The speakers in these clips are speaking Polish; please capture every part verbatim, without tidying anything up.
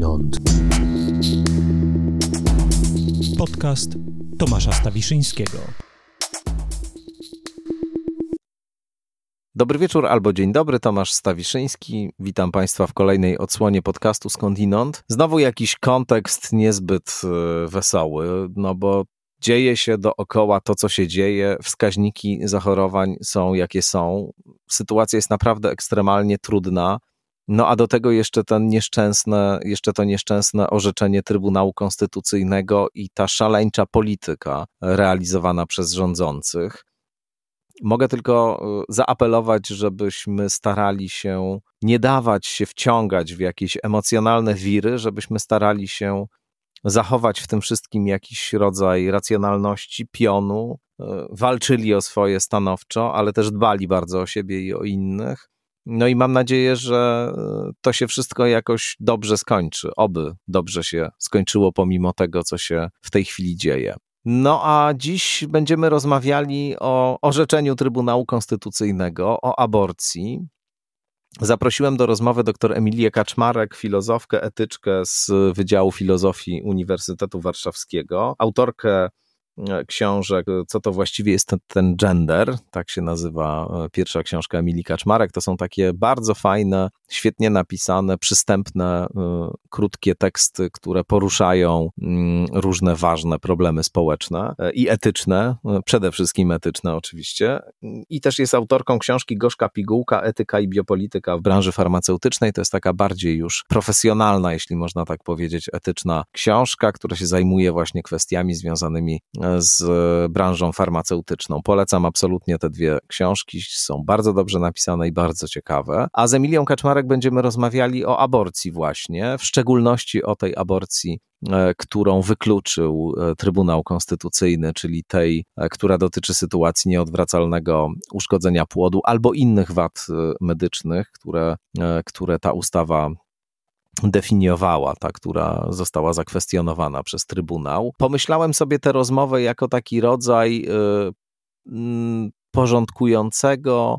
Skądinąd. Podcast Tomasza Stawiszyńskiego. Dobry wieczór albo dzień dobry, Tomasz Stawiszyński. Witam Państwa w kolejnej odsłonie podcastu Skądinąd. Znowu jakiś kontekst niezbyt wesoły, no bo dzieje się dookoła to, co się dzieje, wskaźniki zachorowań są jakie są, sytuacja jest naprawdę ekstremalnie trudna, no a do tego jeszcze ten nieszczęsne, jeszcze to nieszczęsne orzeczenie Trybunału Konstytucyjnego i ta szaleńcza polityka realizowana przez rządzących. Mogę tylko zaapelować, żebyśmy starali się nie dawać się wciągać w jakieś emocjonalne wiry, żebyśmy starali się zachować w tym wszystkim jakiś rodzaj racjonalności, pionu, walczyli o swoje stanowczo, ale też dbali bardzo o siebie i o innych. No i mam nadzieję, że to się wszystko jakoś dobrze skończy, oby dobrze się skończyło pomimo tego, co się w tej chwili dzieje. No a dziś będziemy rozmawiali o orzeczeniu Trybunału Konstytucyjnego, o aborcji. Zaprosiłem do rozmowy dr Emilię Kaczmarek, filozofkę, etyczkę z Wydziału Filozofii Uniwersytetu Warszawskiego, autorkę książek, co to właściwie jest ten, ten gender, tak się nazywa pierwsza książka Emilii Kaczmarek. To są takie bardzo fajne, świetnie napisane, przystępne, y, krótkie teksty, które poruszają y, różne ważne problemy społeczne y, i etyczne, y, przede wszystkim etyczne oczywiście. I też jest autorką książki Gorzka pigułka, etyka i biopolityka w branży farmaceutycznej. To jest taka bardziej już profesjonalna, jeśli można tak powiedzieć, etyczna książka, która się zajmuje właśnie kwestiami związanymi z branżą farmaceutyczną. Polecam absolutnie te dwie książki, są bardzo dobrze napisane i bardzo ciekawe. A z Emilią Kaczmarek będziemy rozmawiali o aborcji właśnie, w szczególności o tej aborcji, którą wykluczył Trybunał Konstytucyjny, czyli tej, która dotyczy sytuacji nieodwracalnego uszkodzenia płodu albo innych wad medycznych, które, które ta ustawa definiowała, ta, która została zakwestionowana przez Trybunał. Pomyślałem sobie tę rozmowę jako taki rodzaj y, y, porządkującego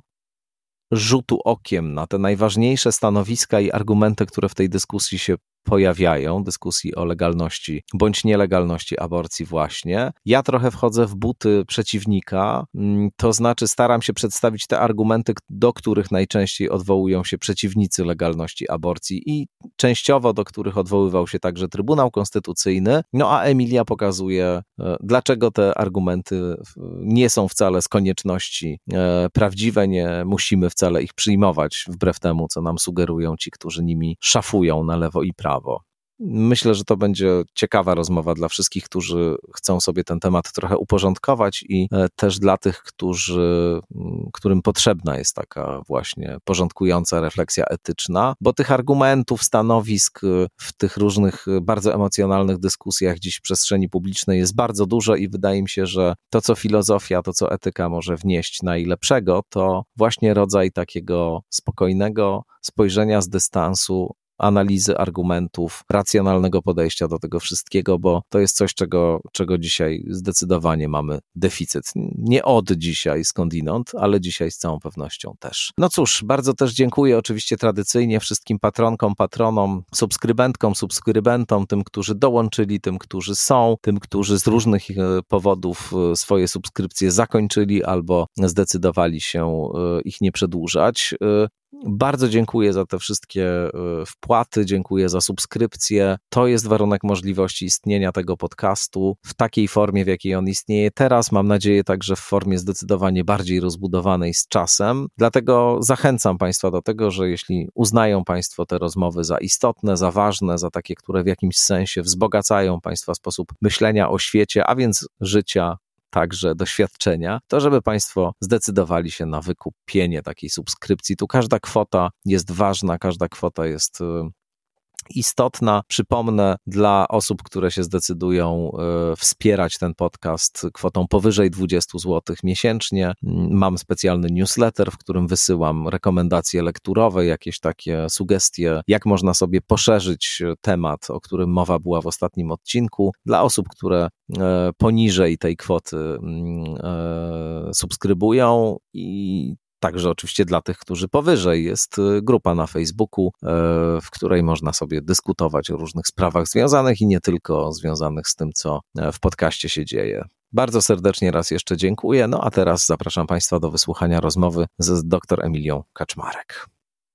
rzutu okiem na te najważniejsze stanowiska i argumenty, które w tej dyskusji się pojawiają, dyskusji o legalności bądź nielegalności aborcji właśnie. Ja trochę wchodzę w buty przeciwnika, to znaczy staram się przedstawić te argumenty, do których najczęściej odwołują się przeciwnicy legalności aborcji i częściowo do których odwoływał się także Trybunał Konstytucyjny, no a Emilia pokazuje, dlaczego te argumenty nie są wcale z konieczności prawdziwe, nie musimy wcale ich przyjmować, wbrew temu, co nam sugerują ci, którzy nimi szafują na lewo i prawo. Myślę, że to będzie ciekawa rozmowa dla wszystkich, którzy chcą sobie ten temat trochę uporządkować i też dla tych, którzy, którym potrzebna jest taka właśnie porządkująca refleksja etyczna, bo tych argumentów, stanowisk w tych różnych bardzo emocjonalnych dyskusjach dziś w przestrzeni publicznej jest bardzo dużo i wydaje mi się, że to, co filozofia, to, co etyka może wnieść najlepszego, to właśnie rodzaj takiego spokojnego spojrzenia z dystansu, analizy argumentów, racjonalnego podejścia do tego wszystkiego, bo to jest coś, czego, czego dzisiaj zdecydowanie mamy deficyt. Nie od dzisiaj skądinąd, ale dzisiaj z całą pewnością też. No cóż, bardzo też dziękuję oczywiście tradycyjnie wszystkim patronkom, patronom, subskrybentkom, subskrybentom, tym, którzy dołączyli, tym, którzy są, tym, którzy z różnych powodów swoje subskrypcje zakończyli albo zdecydowali się ich nie przedłużać. Bardzo dziękuję za te wszystkie wpłaty, dziękuję za subskrypcje. To jest warunek możliwości istnienia tego podcastu w takiej formie, w jakiej on istnieje teraz. Mam nadzieję także w formie zdecydowanie bardziej rozbudowanej z czasem. Dlatego zachęcam Państwa do tego, że jeśli uznają Państwo te rozmowy za istotne, za ważne, za takie, które w jakimś sensie wzbogacają Państwa sposób myślenia o świecie, a więc życia, także doświadczenia, to żeby Państwo zdecydowali się na wykupienie takiej subskrypcji. Tu każda kwota jest ważna, każda kwota jest istotna. Przypomnę, dla osób, które się zdecydują y, wspierać ten podcast kwotą powyżej dwadzieścia złotych miesięcznie, mam specjalny newsletter, w którym wysyłam rekomendacje lekturowe, jakieś takie sugestie, jak można sobie poszerzyć temat, o którym mowa była w ostatnim odcinku. Dla osób, które y, poniżej tej kwoty y, subskrybują i Także oczywiście dla tych, którzy powyżej, jest grupa na Facebooku, w której można sobie dyskutować o różnych sprawach związanych i nie tylko związanych z tym, co w podcaście się dzieje. Bardzo serdecznie raz jeszcze dziękuję. No a teraz zapraszam Państwa do wysłuchania rozmowy z dr Emilią Kaczmarek.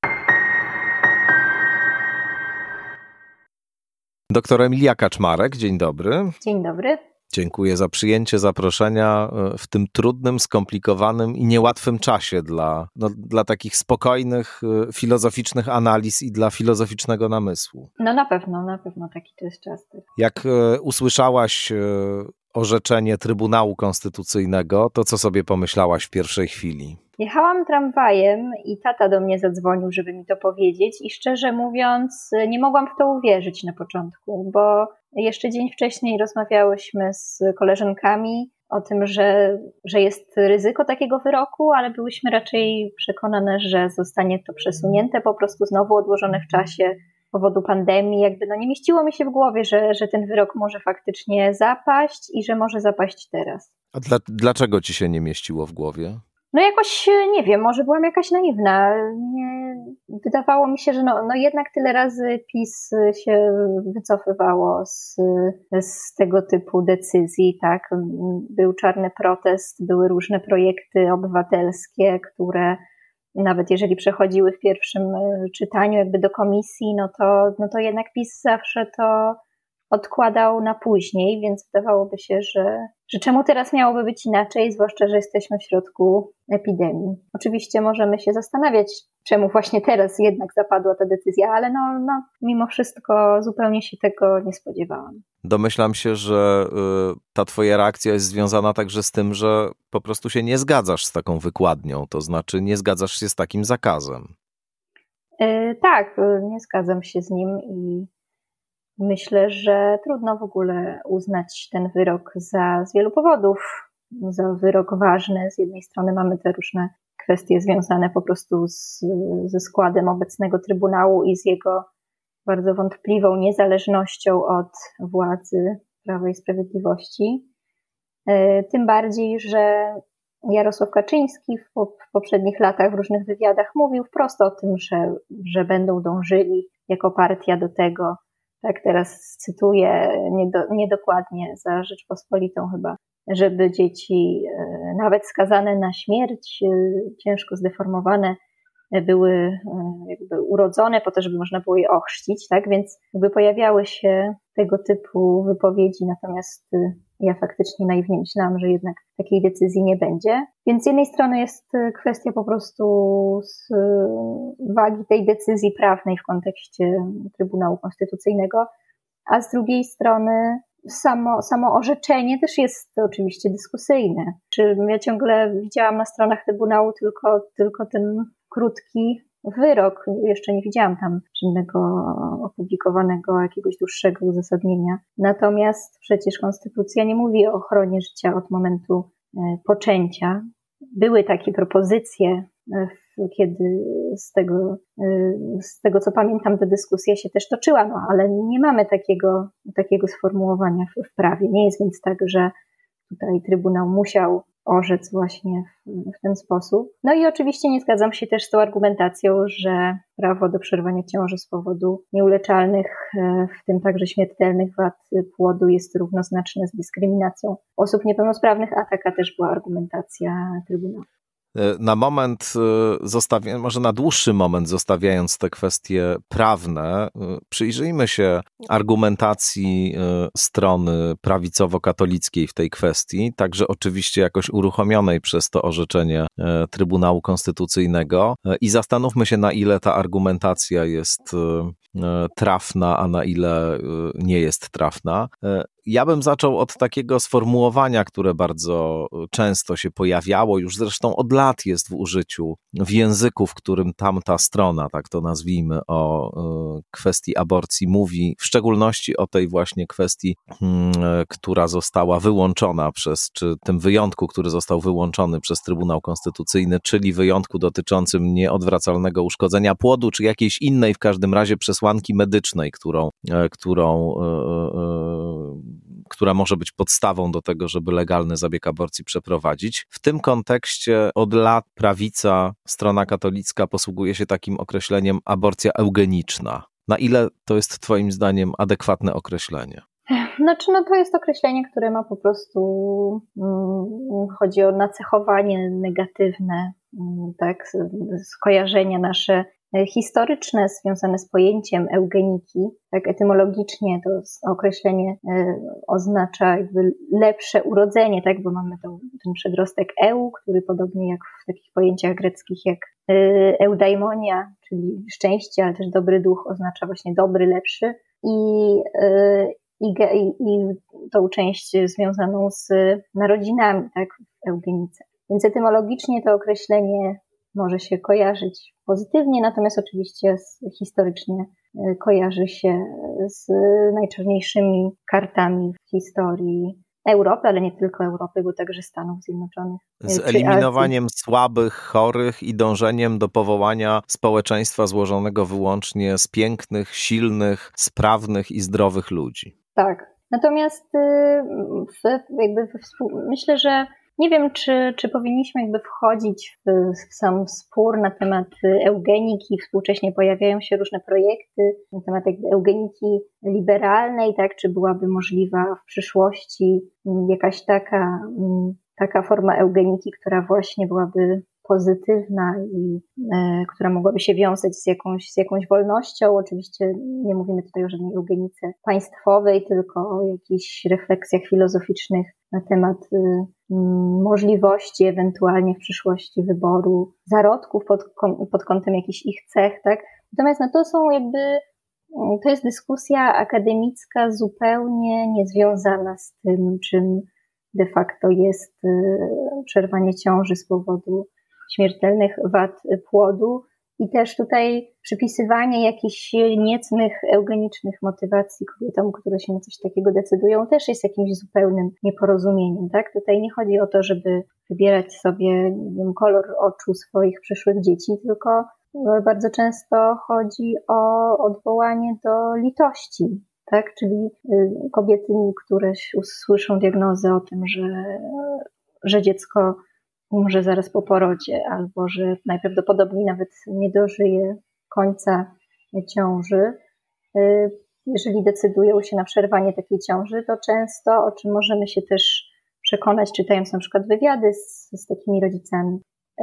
Doktor Emilia Kaczmarek, dzień dobry. Dzień dobry. Dziękuję za przyjęcie zaproszenia w tym trudnym, skomplikowanym i niełatwym czasie dla, no, dla takich spokojnych, filozoficznych analiz i dla filozoficznego namysłu. No na pewno, na pewno taki to jest czas. Jak usłyszałaś orzeczenie Trybunału Konstytucyjnego, to co sobie pomyślałaś w pierwszej chwili? Jechałam tramwajem i tata do mnie zadzwonił, żeby mi to powiedzieć i szczerze mówiąc nie mogłam w to uwierzyć na początku, bo jeszcze dzień wcześniej rozmawiałyśmy z koleżankami o tym, że, że jest ryzyko takiego wyroku, ale byłyśmy raczej przekonane, że zostanie to przesunięte, po prostu znowu odłożone w czasie z powodu pandemii. Jakby no nie mieściło mi się w głowie, że, że ten wyrok może faktycznie zapaść i że może zapaść teraz. A dla, dlaczego ci się nie mieściło w głowie? No jakoś, nie wiem, może byłam jakaś naiwna. Nie, wydawało mi się, że no, no jednak tyle razy PiS się wycofywało z, z tego typu decyzji, tak. Był czarny protest, były różne projekty obywatelskie, które nawet jeżeli przechodziły w pierwszym czytaniu jakby do komisji, no to, no to jednak PiS zawsze to odkładał na później, więc wydawałoby się, że, że czemu teraz miałoby być inaczej, zwłaszcza, że jesteśmy w środku epidemii. Oczywiście możemy się zastanawiać, czemu właśnie teraz jednak zapadła ta decyzja, ale no, no mimo wszystko zupełnie się tego nie spodziewałam. Domyślam się, że y, ta twoja reakcja jest związana także z tym, że po prostu się nie zgadzasz z taką wykładnią, to znaczy nie zgadzasz się z takim zakazem. Yy, tak, nie zgadzam się z nim i myślę, że trudno w ogóle uznać ten wyrok za, z wielu powodów, za wyrok ważny. Z jednej strony mamy te różne kwestie związane po prostu z, ze składem obecnego Trybunału i z jego bardzo wątpliwą niezależnością od władzy Prawa i Sprawiedliwości. Tym bardziej, że Jarosław Kaczyński w, w poprzednich latach w różnych wywiadach mówił wprost o tym, że, że będą dążyli jako partia do tego, tak teraz cytuję niedo, niedokładnie za Rzeczpospolitą chyba, żeby dzieci nawet skazane na śmierć, ciężko zdeformowane, były jakby urodzone po to, żeby można było je ochrzcić, tak? Więc jakby pojawiały się tego typu wypowiedzi, natomiast ja faktycznie naiwnie myślałam, że jednak takiej decyzji nie będzie. Więc z jednej strony jest kwestia po prostu z wagi tej decyzji prawnej w kontekście Trybunału Konstytucyjnego, a z drugiej strony samo, samo orzeczenie też jest oczywiście dyskusyjne. Czy ja ciągle widziałam na stronach Trybunału tylko, tylko ten krótki wyrok, jeszcze nie widziałam tam żadnego opublikowanego jakiegoś dłuższego uzasadnienia. Natomiast przecież Konstytucja nie mówi o ochronie życia od momentu poczęcia. Były takie propozycje, kiedy z tego, z tego co pamiętam, ta dyskusja się też toczyła, no ale nie mamy takiego, takiego sformułowania w, w prawie. Nie jest więc tak, że tutaj Trybunał musiał orzec właśnie w, w ten sposób. No i oczywiście nie zgadzam się też z tą argumentacją, że prawo do przerwania ciąży z powodu nieuleczalnych, w tym także śmiertelnych wad płodu jest równoznaczne z dyskryminacją osób niepełnosprawnych, a taka też była argumentacja Trybunału. Na moment, zostawia, może na dłuższy moment zostawiając te kwestie prawne, przyjrzyjmy się argumentacji strony prawicowo-katolickiej w tej kwestii, także oczywiście jakoś uruchomionej przez to orzeczenie Trybunału Konstytucyjnego i zastanówmy się, na ile ta argumentacja jest trafna, a na ile nie jest trafna. Ja bym zaczął od takiego sformułowania, które bardzo często się pojawiało, już zresztą od lat jest w użyciu w języku, w którym tamta strona, tak to nazwijmy, o kwestii aborcji mówi, w szczególności o tej właśnie kwestii, która została wyłączona przez, czy tym wyjątku, który został wyłączony przez Trybunał Konstytucyjny, czyli wyjątku dotyczącym nieodwracalnego uszkodzenia płodu, czy jakiejś innej w każdym razie przesłanki medycznej, którą, którą która może być podstawą do tego, żeby legalny zabieg aborcji przeprowadzić. W tym kontekście od lat prawica, strona katolicka posługuje się takim określeniem aborcja eugeniczna. Na ile to jest twoim zdaniem adekwatne określenie? Znaczy, no to jest określenie, które ma po prostu, mm, chodzi o nacechowanie negatywne, mm, tak, skojarzenia nasze historyczne związane z pojęciem eugeniki. Tak, etymologicznie to określenie e, oznacza jakby lepsze urodzenie, tak, bo mamy to, ten przedrostek eu, który podobnie jak w takich pojęciach greckich jak e, eudaimonia, czyli szczęście, ale też dobry duch oznacza właśnie dobry, lepszy i e, I, i tą część związaną z narodzinami, tak, w eugenice. Więc etymologicznie to określenie może się kojarzyć pozytywnie, natomiast oczywiście historycznie kojarzy się z najczarniejszymi kartami w historii Europy, ale nie tylko Europy, bo także Stanów Zjednoczonych. Z eliminowaniem słabych, chorych i dążeniem do powołania społeczeństwa złożonego wyłącznie z pięknych, silnych, sprawnych i zdrowych ludzi. Tak. Natomiast w, jakby w, myślę, że nie wiem, czy, czy powinniśmy jakby wchodzić w, w sam spór na temat eugeniki. Współcześnie pojawiają się różne projekty na temat jakby eugeniki liberalnej, tak? Czy byłaby możliwa w przyszłości jakaś taka, taka forma eugeniki, która właśnie byłaby pozytywna i e, która mogłaby się wiązać z jakąś, z jakąś wolnością. Oczywiście nie mówimy tutaj o żadnej eugenice państwowej, tylko o jakichś refleksjach filozoficznych na temat y, możliwości ewentualnie w przyszłości wyboru zarodków pod, pod kątem jakichś ich cech, tak? Natomiast no to są jakby, to jest dyskusja akademicka zupełnie niezwiązana z tym, czym de facto jest y, przerwanie ciąży z powodu śmiertelnych wad płodu i też tutaj przypisywanie jakichś niecnych, eugenicznych motywacji kobietom, które się na coś takiego decydują, też jest jakimś zupełnym nieporozumieniem, tak? Tutaj nie chodzi o to, żeby wybierać sobie, nie wiem, kolor oczu swoich przyszłych dzieci, tylko bardzo często chodzi o odwołanie do litości, tak? Czyli kobiety, które usłyszą diagnozę o tym, że, że dziecko umrze zaraz po porodzie, albo że najprawdopodobniej nawet nie dożyje końca ciąży. Jeżeli decydują się na przerwanie takiej ciąży, to często, o czym możemy się też przekonać, czytając na przykład wywiady z, z takimi rodzicami,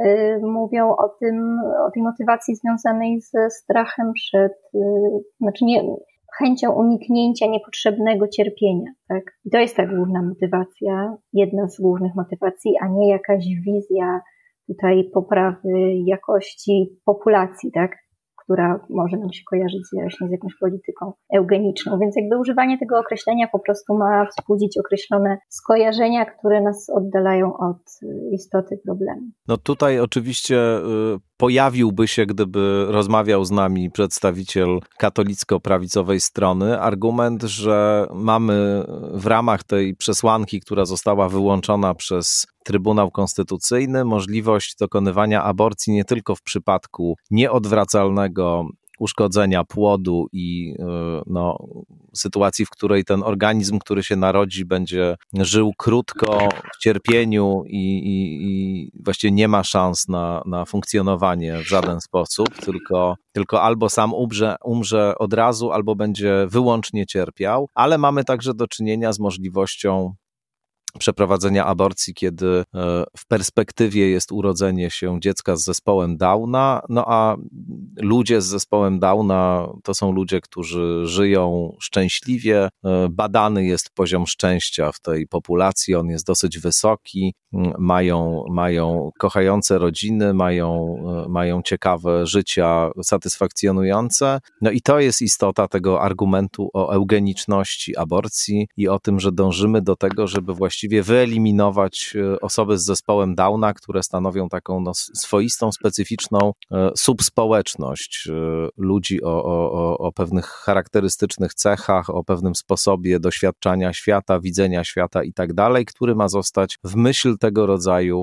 mówią o tym, o tej motywacji związanej ze strachem przed, znaczy nie, chęcią uniknięcia niepotrzebnego cierpienia, tak? I to jest ta główna motywacja, jedna z głównych motywacji, a nie jakaś wizja tutaj poprawy jakości populacji, tak? Która może nam się kojarzyć właśnie z jakąś polityką eugeniczną. Więc jakby używanie tego określenia po prostu ma wzbudzić określone skojarzenia, które nas oddalają od istoty problemu. No tutaj oczywiście pojawiłby się, gdyby rozmawiał z nami przedstawiciel katolicko-prawicowej strony, argument, że mamy w ramach tej przesłanki, która została wyłączona przez Trybunał Konstytucyjny, możliwość dokonywania aborcji nie tylko w przypadku nieodwracalnego uszkodzenia płodu i no, sytuacji, w której ten organizm, który się narodzi, będzie żył krótko w cierpieniu i, i, i właściwie nie ma szans na, na funkcjonowanie w żaden sposób, tylko, tylko albo sam umrze, umrze od razu, albo będzie wyłącznie cierpiał, ale mamy także do czynienia z możliwością przeprowadzenia aborcji, kiedy w perspektywie jest urodzenie się dziecka z zespołem Downa, no a ludzie z zespołem Downa to są ludzie, którzy żyją szczęśliwie, badany jest poziom szczęścia w tej populacji, on jest dosyć wysoki, mają, mają kochające rodziny, mają, mają ciekawe życia, satysfakcjonujące, no i to jest istota tego argumentu o eugeniczności aborcji i o tym, że dążymy do tego, żeby właściwie właściwie wyeliminować osoby z zespołem Downa, które stanowią taką no, swoistą, specyficzną subspołeczność ludzi o, o, o pewnych charakterystycznych cechach, o pewnym sposobie doświadczania świata, widzenia świata i tak dalej, który ma zostać w myśl tego rodzaju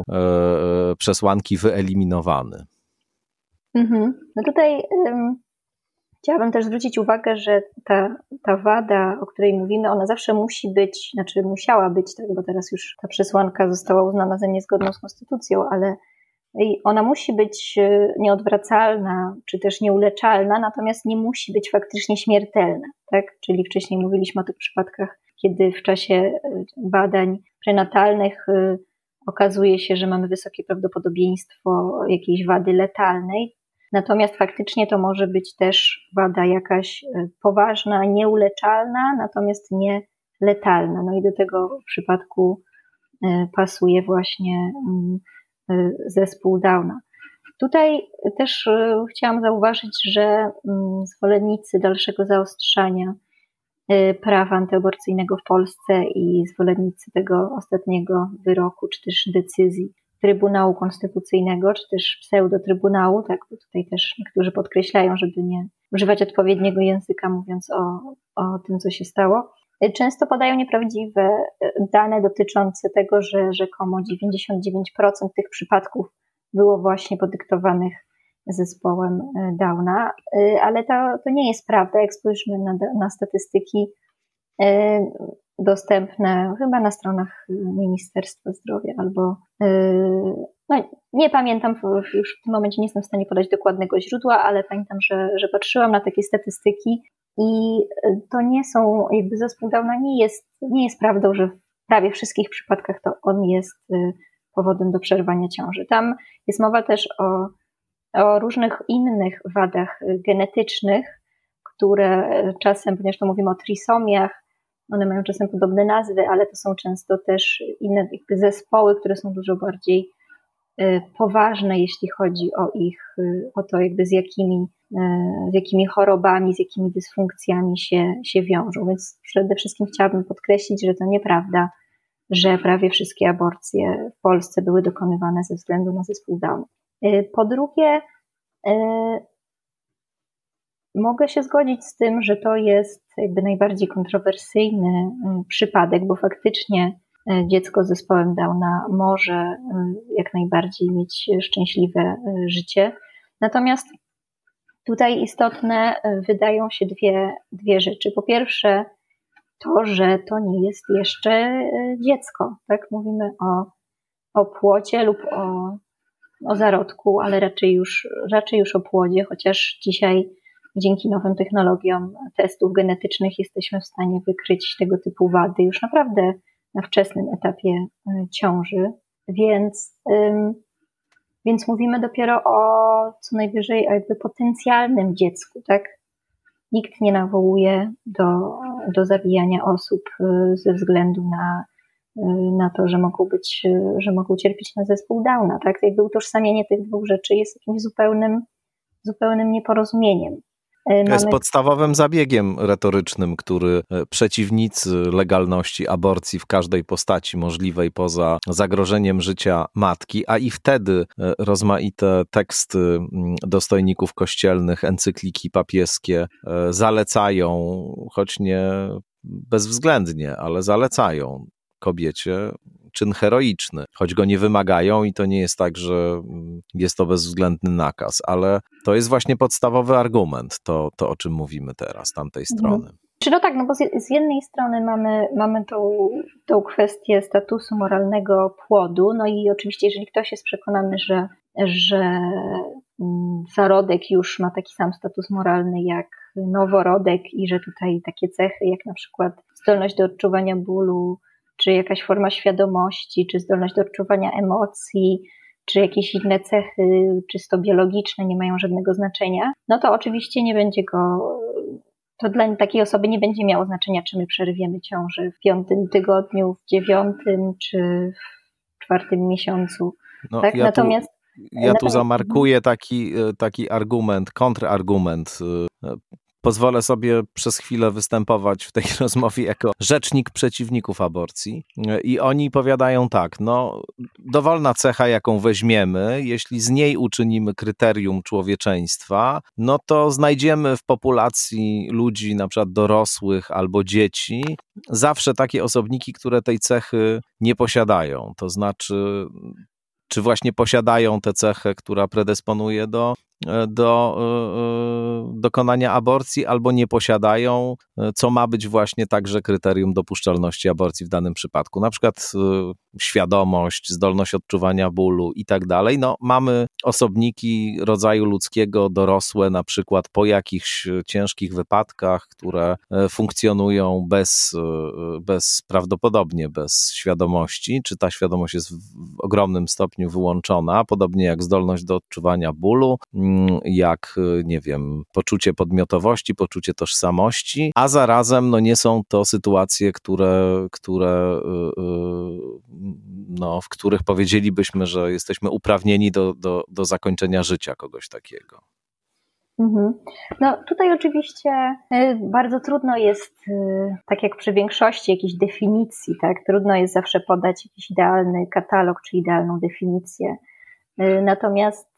e, przesłanki wyeliminowany. Mhm. No tutaj um, Chciałabym też zwrócić uwagę, że ta, ta wada, o której mówimy, ona zawsze musi być, znaczy musiała być, tak, bo teraz już ta przesłanka została uznana za niezgodną z konstytucją, ale ona musi być nieodwracalna, czy też nieuleczalna, natomiast nie musi być faktycznie śmiertelna, tak? Czyli wcześniej mówiliśmy o tych przypadkach, kiedy w czasie badań prenatalnych okazuje się, że mamy wysokie prawdopodobieństwo jakiejś wady letalnej, natomiast faktycznie to może być też wada jakaś poważna, nieuleczalna, natomiast nie letalna. No i do tego w przypadku pasuje właśnie zespół Downa. Tutaj też chciałam zauważyć, że zwolennicy dalszego zaostrzania prawa antyaborcyjnego w Polsce i zwolennicy tego ostatniego wyroku, czy też decyzji Trybunału Konstytucyjnego, czy też pseudotrybunału, tak, bo tutaj też niektórzy podkreślają, żeby nie używać odpowiedniego języka, mówiąc o, o tym, co się stało, często podają nieprawdziwe dane dotyczące tego, że rzekomo dziewięćdziesiąt dziewięć procent tych przypadków było właśnie podyktowanych zespołem Downa, ale to, to nie jest prawda, jak spojrzymy na, na statystyki dostępne chyba na stronach Ministerstwa Zdrowia albo, no nie pamiętam, już w tym momencie nie jestem w stanie podać dokładnego źródła, ale pamiętam, że, że patrzyłam na takie statystyki i to nie są, jakby zespół Downa nie jest, nie jest prawdą, że w prawie wszystkich przypadkach to on jest powodem do przerwania ciąży. Tam jest mowa też o, o różnych innych wadach genetycznych, które czasem, ponieważ to mówimy o trisomiach, one mają czasem podobne nazwy, ale to są często też inne jakby zespoły, które są dużo bardziej poważne, jeśli chodzi o ich, o to jakby z jakimi, z jakimi chorobami, z jakimi dysfunkcjami się, się wiążą. Więc przede wszystkim chciałabym podkreślić, że to nieprawda, że prawie wszystkie aborcje w Polsce były dokonywane ze względu na zespół Downa. Po drugie, mogę się zgodzić z tym, że to jest jakby najbardziej kontrowersyjny przypadek, bo faktycznie dziecko z zespołem Downa może jak najbardziej mieć szczęśliwe życie. Natomiast tutaj istotne wydają się dwie, dwie rzeczy. Po pierwsze to, że to nie jest jeszcze dziecko. Tak? Mówimy o, o płocie lub o, o zarodku, ale raczej już, raczej już o płodzie, chociaż dzisiaj dzięki nowym technologiom testów genetycznych jesteśmy w stanie wykryć tego typu wady już naprawdę na wczesnym etapie ciąży, więc, więc mówimy dopiero o co najwyżej jakby potencjalnym dziecku, tak? Nikt nie nawołuje do, do zabijania osób ze względu na, na to, że mogą być, że mogą cierpieć na zespół Downa, tak? Jakby utożsamienie tych dwóch rzeczy jest jakimś zupełnym, zupełnym nieporozumieniem. To jest podstawowym zabiegiem retorycznym, który przeciwnicy legalności aborcji w każdej postaci możliwej poza zagrożeniem życia matki, a i wtedy rozmaite teksty dostojników kościelnych, encykliki papieskie zalecają, choć nie bezwzględnie, ale zalecają kobiecie czyn heroiczny, choć go nie wymagają i to nie jest tak, że jest to bezwzględny nakaz, ale to jest właśnie podstawowy argument, to, to o czym mówimy teraz, tamtej strony. Czy no tak, no bo z, z jednej strony mamy, mamy tą, tą kwestię statusu moralnego płodu, no i oczywiście jeżeli ktoś jest przekonany, że, że zarodek już ma taki sam status moralny jak noworodek i że tutaj takie cechy jak na przykład zdolność do odczuwania bólu, czy jakaś forma świadomości, czy zdolność do odczuwania emocji, czy jakieś inne cechy czysto biologiczne nie mają żadnego znaczenia, no to oczywiście nie będzie go, to dla takiej osoby nie będzie miało znaczenia, czy my przerwiemy ciążę w piątym tygodniu, w dziewiątym, czy w czwartym miesiącu. No, tak? ja Natomiast tu, ja tu zamarkuję taki, taki argument, kontrargument. Pozwolę sobie przez chwilę występować w tej rozmowie jako rzecznik przeciwników aborcji i oni powiadają tak, no dowolna cecha, jaką weźmiemy, jeśli z niej uczynimy kryterium człowieczeństwa, no to znajdziemy w populacji ludzi, na przykład dorosłych albo dzieci, zawsze takie osobniki, które tej cechy nie posiadają, to znaczy czy właśnie posiadają tę cechę, która predysponuje do do dokonania aborcji albo nie posiadają, co ma być właśnie także kryterium dopuszczalności aborcji w danym przypadku. Na przykład świadomość, zdolność odczuwania bólu i tak dalej. No, mamy osobniki rodzaju ludzkiego, dorosłe na przykład po jakichś ciężkich wypadkach, które funkcjonują bez, bez prawdopodobnie bez świadomości, czy ta świadomość jest w ogromnym stopniu wyłączona, podobnie jak zdolność do odczuwania bólu, jak, nie wiem, poczucie podmiotowości, poczucie tożsamości, a zarazem no, nie są to sytuacje, które, które, no, w których powiedzielibyśmy, że jesteśmy uprawnieni do, do, do zakończenia życia kogoś takiego. Mhm. No tutaj oczywiście bardzo trudno jest, tak jak przy większości jakiejś definicji, tak, trudno jest zawsze podać jakiś idealny katalog czy idealną definicję. Natomiast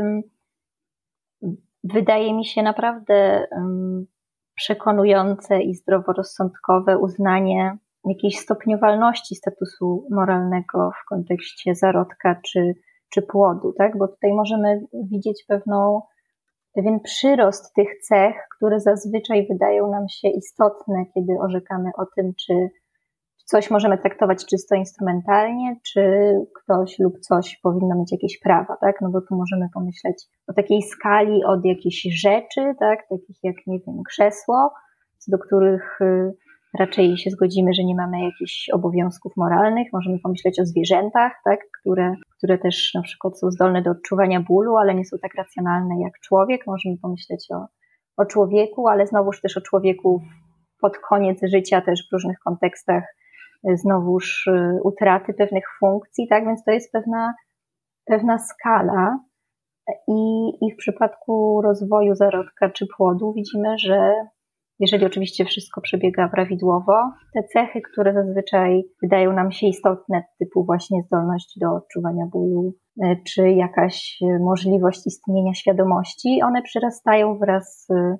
wydaje mi się naprawdę przekonujące i zdroworozsądkowe uznanie jakiejś stopniowalności statusu moralnego w kontekście zarodka czy, czy płodu, tak? Bo tutaj możemy widzieć pewną, pewien przyrost tych cech, które zazwyczaj wydają nam się istotne, kiedy orzekamy o tym, czy coś możemy traktować czysto instrumentalnie, czy ktoś lub coś powinno mieć jakieś prawa, tak? No bo tu możemy pomyśleć o takiej skali od jakichś rzeczy, tak? Takich jak, nie wiem, krzesło, do których raczej się zgodzimy, że nie mamy jakichś obowiązków moralnych. Możemy pomyśleć o zwierzętach, tak? Które, które też na przykład są zdolne do odczuwania bólu, ale nie są tak racjonalne jak człowiek. Możemy pomyśleć o, o człowieku, ale znowuż też o człowieku pod koniec życia, też w różnych kontekstach znowuż utraty pewnych funkcji, tak? Więc to jest pewna, pewna skala i, i w przypadku rozwoju zarodka czy płodu widzimy, że jeżeli oczywiście wszystko przebiega prawidłowo, te cechy, które zazwyczaj wydają nam się istotne, typu właśnie zdolność do odczuwania bólu, czy jakaś możliwość istnienia świadomości, one przyrastają wraz z,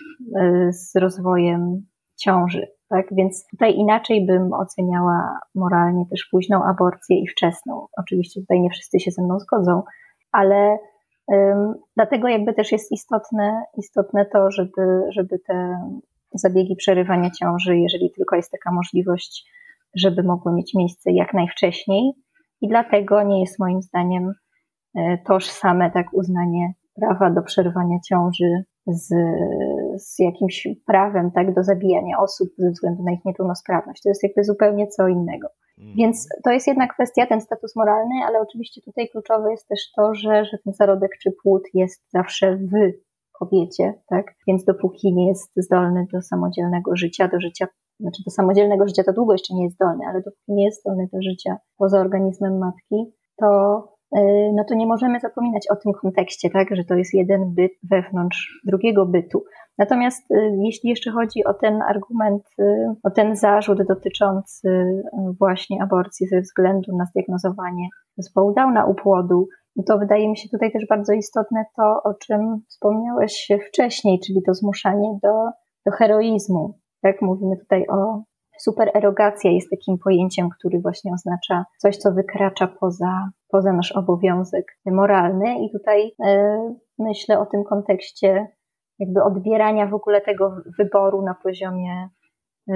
z rozwojem ciąży. Tak? Więc tutaj inaczej bym oceniała moralnie też późną aborcję i wczesną. Oczywiście tutaj nie wszyscy się ze mną zgodzą, ale um, dlatego jakby też jest istotne, istotne to, żeby, żeby te zabiegi przerywania ciąży, jeżeli tylko jest taka możliwość, żeby mogły mieć miejsce jak najwcześniej. I dlatego nie jest moim zdaniem tożsame tak uznanie prawa do przerywania ciąży z, z jakimś prawem tak, do zabijania osób ze względu na ich niepełnosprawność. To jest jakby zupełnie co innego. Więc to jest jedna kwestia, ten status moralny, ale oczywiście tutaj kluczowe jest też to, że, że ten zarodek czy płód jest zawsze w kobiecie, tak? Więc dopóki nie jest zdolny do samodzielnego życia, do życia, znaczy do samodzielnego życia to długo jeszcze nie jest zdolny, ale dopóki nie jest zdolny do życia poza organizmem matki, to no to nie możemy zapominać o tym kontekście, tak, że to jest jeden byt wewnątrz drugiego bytu. Natomiast jeśli jeszcze chodzi o ten argument, o ten zarzut dotyczący właśnie aborcji ze względu na zdiagnozowanie zespołu Downa u płodu, no to wydaje mi się tutaj też bardzo istotne to, o czym wspomniałeś wcześniej, czyli to zmuszanie do, do heroizmu. Tak, mówimy tutaj o supererogacja jest takim pojęciem, który właśnie oznacza coś, co wykracza poza, poza nasz obowiązek moralny i tutaj y, myślę o tym kontekście jakby odbierania w ogóle tego wyboru na poziomie y,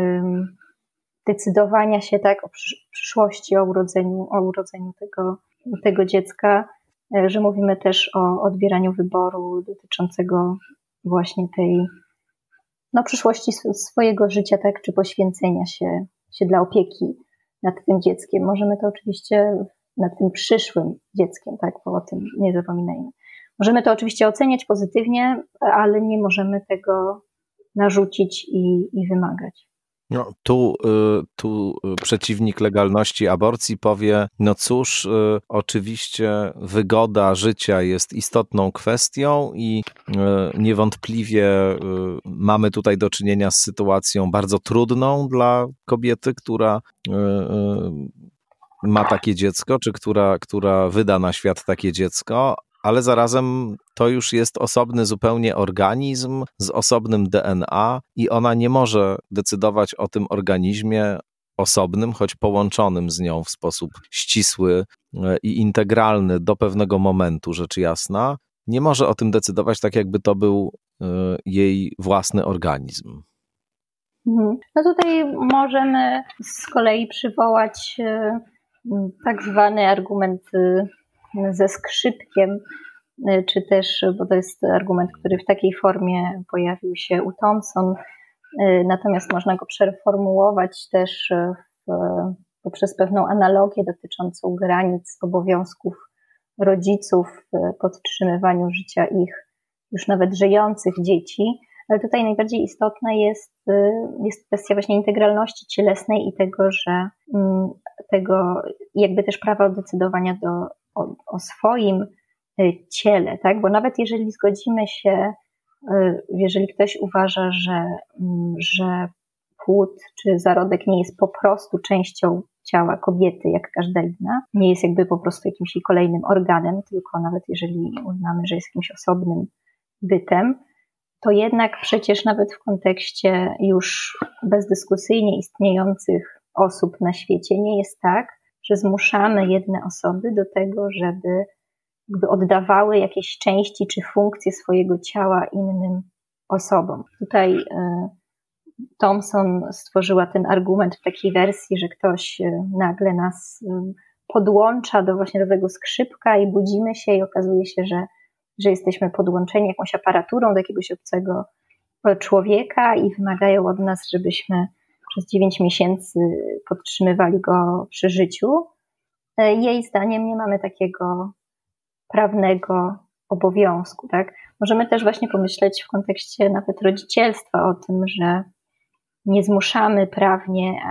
decydowania się tak o przysz- przyszłości, o urodzeniu, o urodzeniu tego, tego dziecka, y, że mówimy też o odbieraniu wyboru dotyczącego właśnie tej no, przyszłości swojego życia, tak, czy poświęcenia się, się dla opieki nad tym dzieckiem. Możemy to oczywiście nad tym przyszłym dzieckiem, tak, bo o tym nie zapominajmy. Możemy to oczywiście oceniać pozytywnie, ale nie możemy tego narzucić i, i wymagać. No, tu, tu przeciwnik legalności aborcji powie, no cóż, oczywiście wygoda życia jest istotną kwestią i niewątpliwie mamy tutaj do czynienia z sytuacją bardzo trudną dla kobiety, która ma takie dziecko, czy która, która wyda na świat takie dziecko, ale zarazem to już jest osobny zupełnie organizm z osobnym D N A i ona nie może decydować o tym organizmie osobnym, choć połączonym z nią w sposób ścisły i integralny do pewnego momentu, rzecz jasna, nie może o tym decydować tak, jakby to był jej własny organizm. No tutaj możemy z kolei przywołać tak zwany argument ze skrzypkiem, czy też, bo to jest argument, który w takiej formie pojawił się u Thompson, natomiast można go przeformułować też w, poprzez pewną analogię dotyczącą granic obowiązków rodziców w podtrzymywaniu życia ich już nawet żyjących dzieci, ale tutaj najbardziej istotna jest, jest kwestia właśnie integralności cielesnej i tego, że tego jakby też prawa decydowania do, o, o swoim ciele, tak? Bo nawet jeżeli zgodzimy się, jeżeli ktoś uważa, że, że płód czy zarodek nie jest po prostu częścią ciała kobiety, jak każda inna, nie jest jakby po prostu jakimś jej kolejnym organem, tylko nawet jeżeli uznamy, że jest jakimś osobnym bytem, to jednak przecież nawet w kontekście już bezdyskusyjnie istniejących osób na świecie nie jest tak, że zmuszamy jedne osoby do tego, żeby jakby oddawały jakieś części czy funkcje swojego ciała innym osobom. Tutaj y, Thompson stworzyła ten argument w takiej wersji, że ktoś y, nagle nas y, podłącza do właśnie do tego skrzypka i budzimy się i okazuje się, że, że jesteśmy podłączeni jakąś aparaturą do jakiegoś obcego człowieka i wymagają od nas, żebyśmy przez dziewięć miesięcy podtrzymywali go przy życiu. Jej zdaniem nie mamy takiego prawnego obowiązku, tak? Możemy też właśnie pomyśleć w kontekście nawet rodzicielstwa o tym, że nie zmuszamy prawnie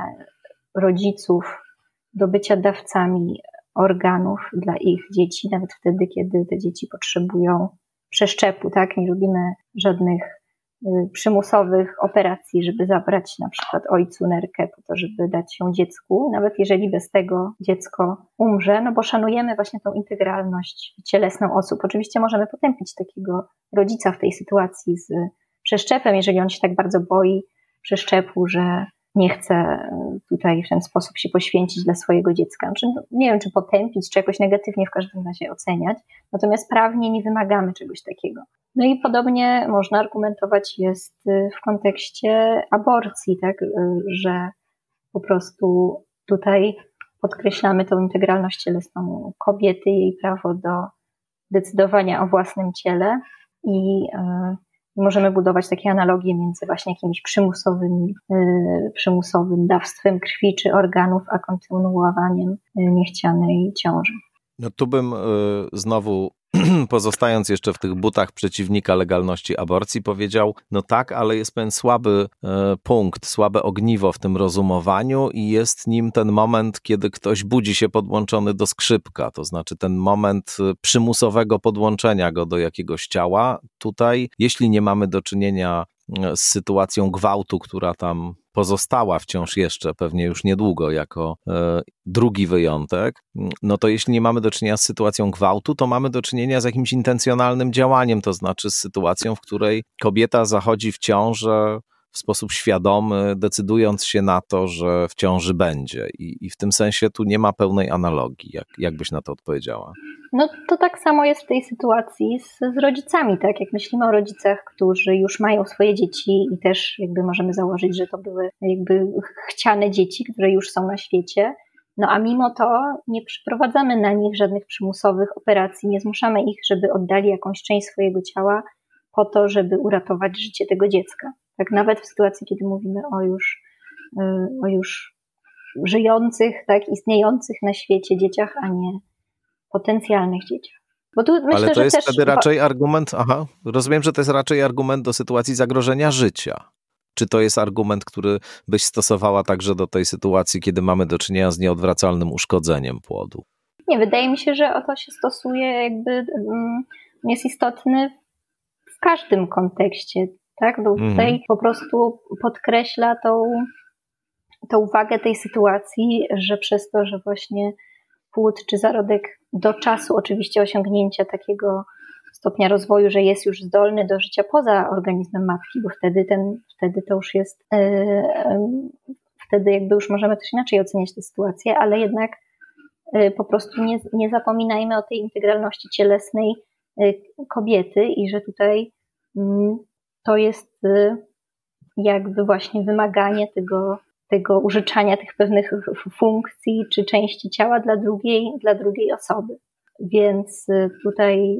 rodziców do bycia dawcami organów dla ich dzieci, nawet wtedy, kiedy te dzieci potrzebują przeszczepu, tak? Nie robimy żadnych przymusowych operacji, żeby zabrać na przykład ojcu nerkę po to, żeby dać ją dziecku, nawet jeżeli bez tego dziecko umrze, no bo szanujemy właśnie tą integralność cielesną osób. Oczywiście możemy potępić takiego rodzica w tej sytuacji z przeszczepem, jeżeli on się tak bardzo boi przeszczepu, że nie chce tutaj w ten sposób się poświęcić dla swojego dziecka. Znaczy, nie wiem, czy potępić, czy jakoś negatywnie w każdym razie oceniać, natomiast prawnie nie wymagamy czegoś takiego. No i podobnie można argumentować jest w kontekście aborcji, tak, że po prostu tutaj podkreślamy tą integralność cielesną kobiety, jej prawo do decydowania o własnym ciele i możemy budować takie analogie między właśnie jakimś przymusowym, przymusowym dawstwem krwi czy organów, a kontynuowaniem niechcianej ciąży. No tu bym y, znowu, pozostając jeszcze w tych butach przeciwnika legalności aborcji, powiedział, no tak, ale jest pewien słaby y, punkt, słabe ogniwo w tym rozumowaniu i jest nim ten moment, kiedy ktoś budzi się podłączony do skrzypka, to znaczy ten moment przymusowego podłączenia go do jakiegoś ciała. Tutaj, jeśli nie mamy do czynienia z sytuacją gwałtu, która tam pozostała wciąż jeszcze, pewnie już niedługo, jako e, drugi wyjątek, no to jeśli nie mamy do czynienia z sytuacją gwałtu, to mamy do czynienia z jakimś intencjonalnym działaniem, to znaczy z sytuacją, w której kobieta zachodzi w ciążę w sposób świadomy, decydując się na to, że w ciąży będzie. I, i w tym sensie tu nie ma pełnej analogii. Jak, jak byś na to odpowiedziała? No to tak samo jest w tej sytuacji z, z rodzicami, tak? Jak myślimy o rodzicach, którzy już mają swoje dzieci i też jakby możemy założyć, że to były jakby chciane dzieci, które już są na świecie, no a mimo to nie przeprowadzamy na nich żadnych przymusowych operacji, nie zmuszamy ich, żeby oddali jakąś część swojego ciała po to, żeby uratować życie tego dziecka. Tak nawet w sytuacji, kiedy mówimy o już, o już żyjących, tak, istniejących na świecie dzieciach, a nie potencjalnych dzieciach. Bo tu myślę, Ale to że jest też... wtedy raczej argument, aha, rozumiem, że to jest raczej argument do sytuacji zagrożenia życia. Czy to jest argument, który byś stosowała także do tej sytuacji, kiedy mamy do czynienia z nieodwracalnym uszkodzeniem płodu? Nie, wydaje mi się, że o to się stosuje, jakby um, jest istotny w każdym kontekście, tak? Bo tutaj mhm. po prostu podkreśla tą, tą wagę tej sytuacji, że przez to, że właśnie płód czy zarodek do czasu oczywiście osiągnięcia takiego stopnia rozwoju, że jest już zdolny do życia poza organizmem matki, bo wtedy ten, wtedy to już jest, yy, yy, wtedy jakby już możemy też inaczej oceniać tę sytuację, ale jednak yy, po prostu nie, nie zapominajmy o tej integralności cielesnej kobiety i że tutaj to jest jakby właśnie wymaganie tego, tego użyczania tych pewnych funkcji czy części ciała dla drugiej, dla drugiej osoby. Więc tutaj,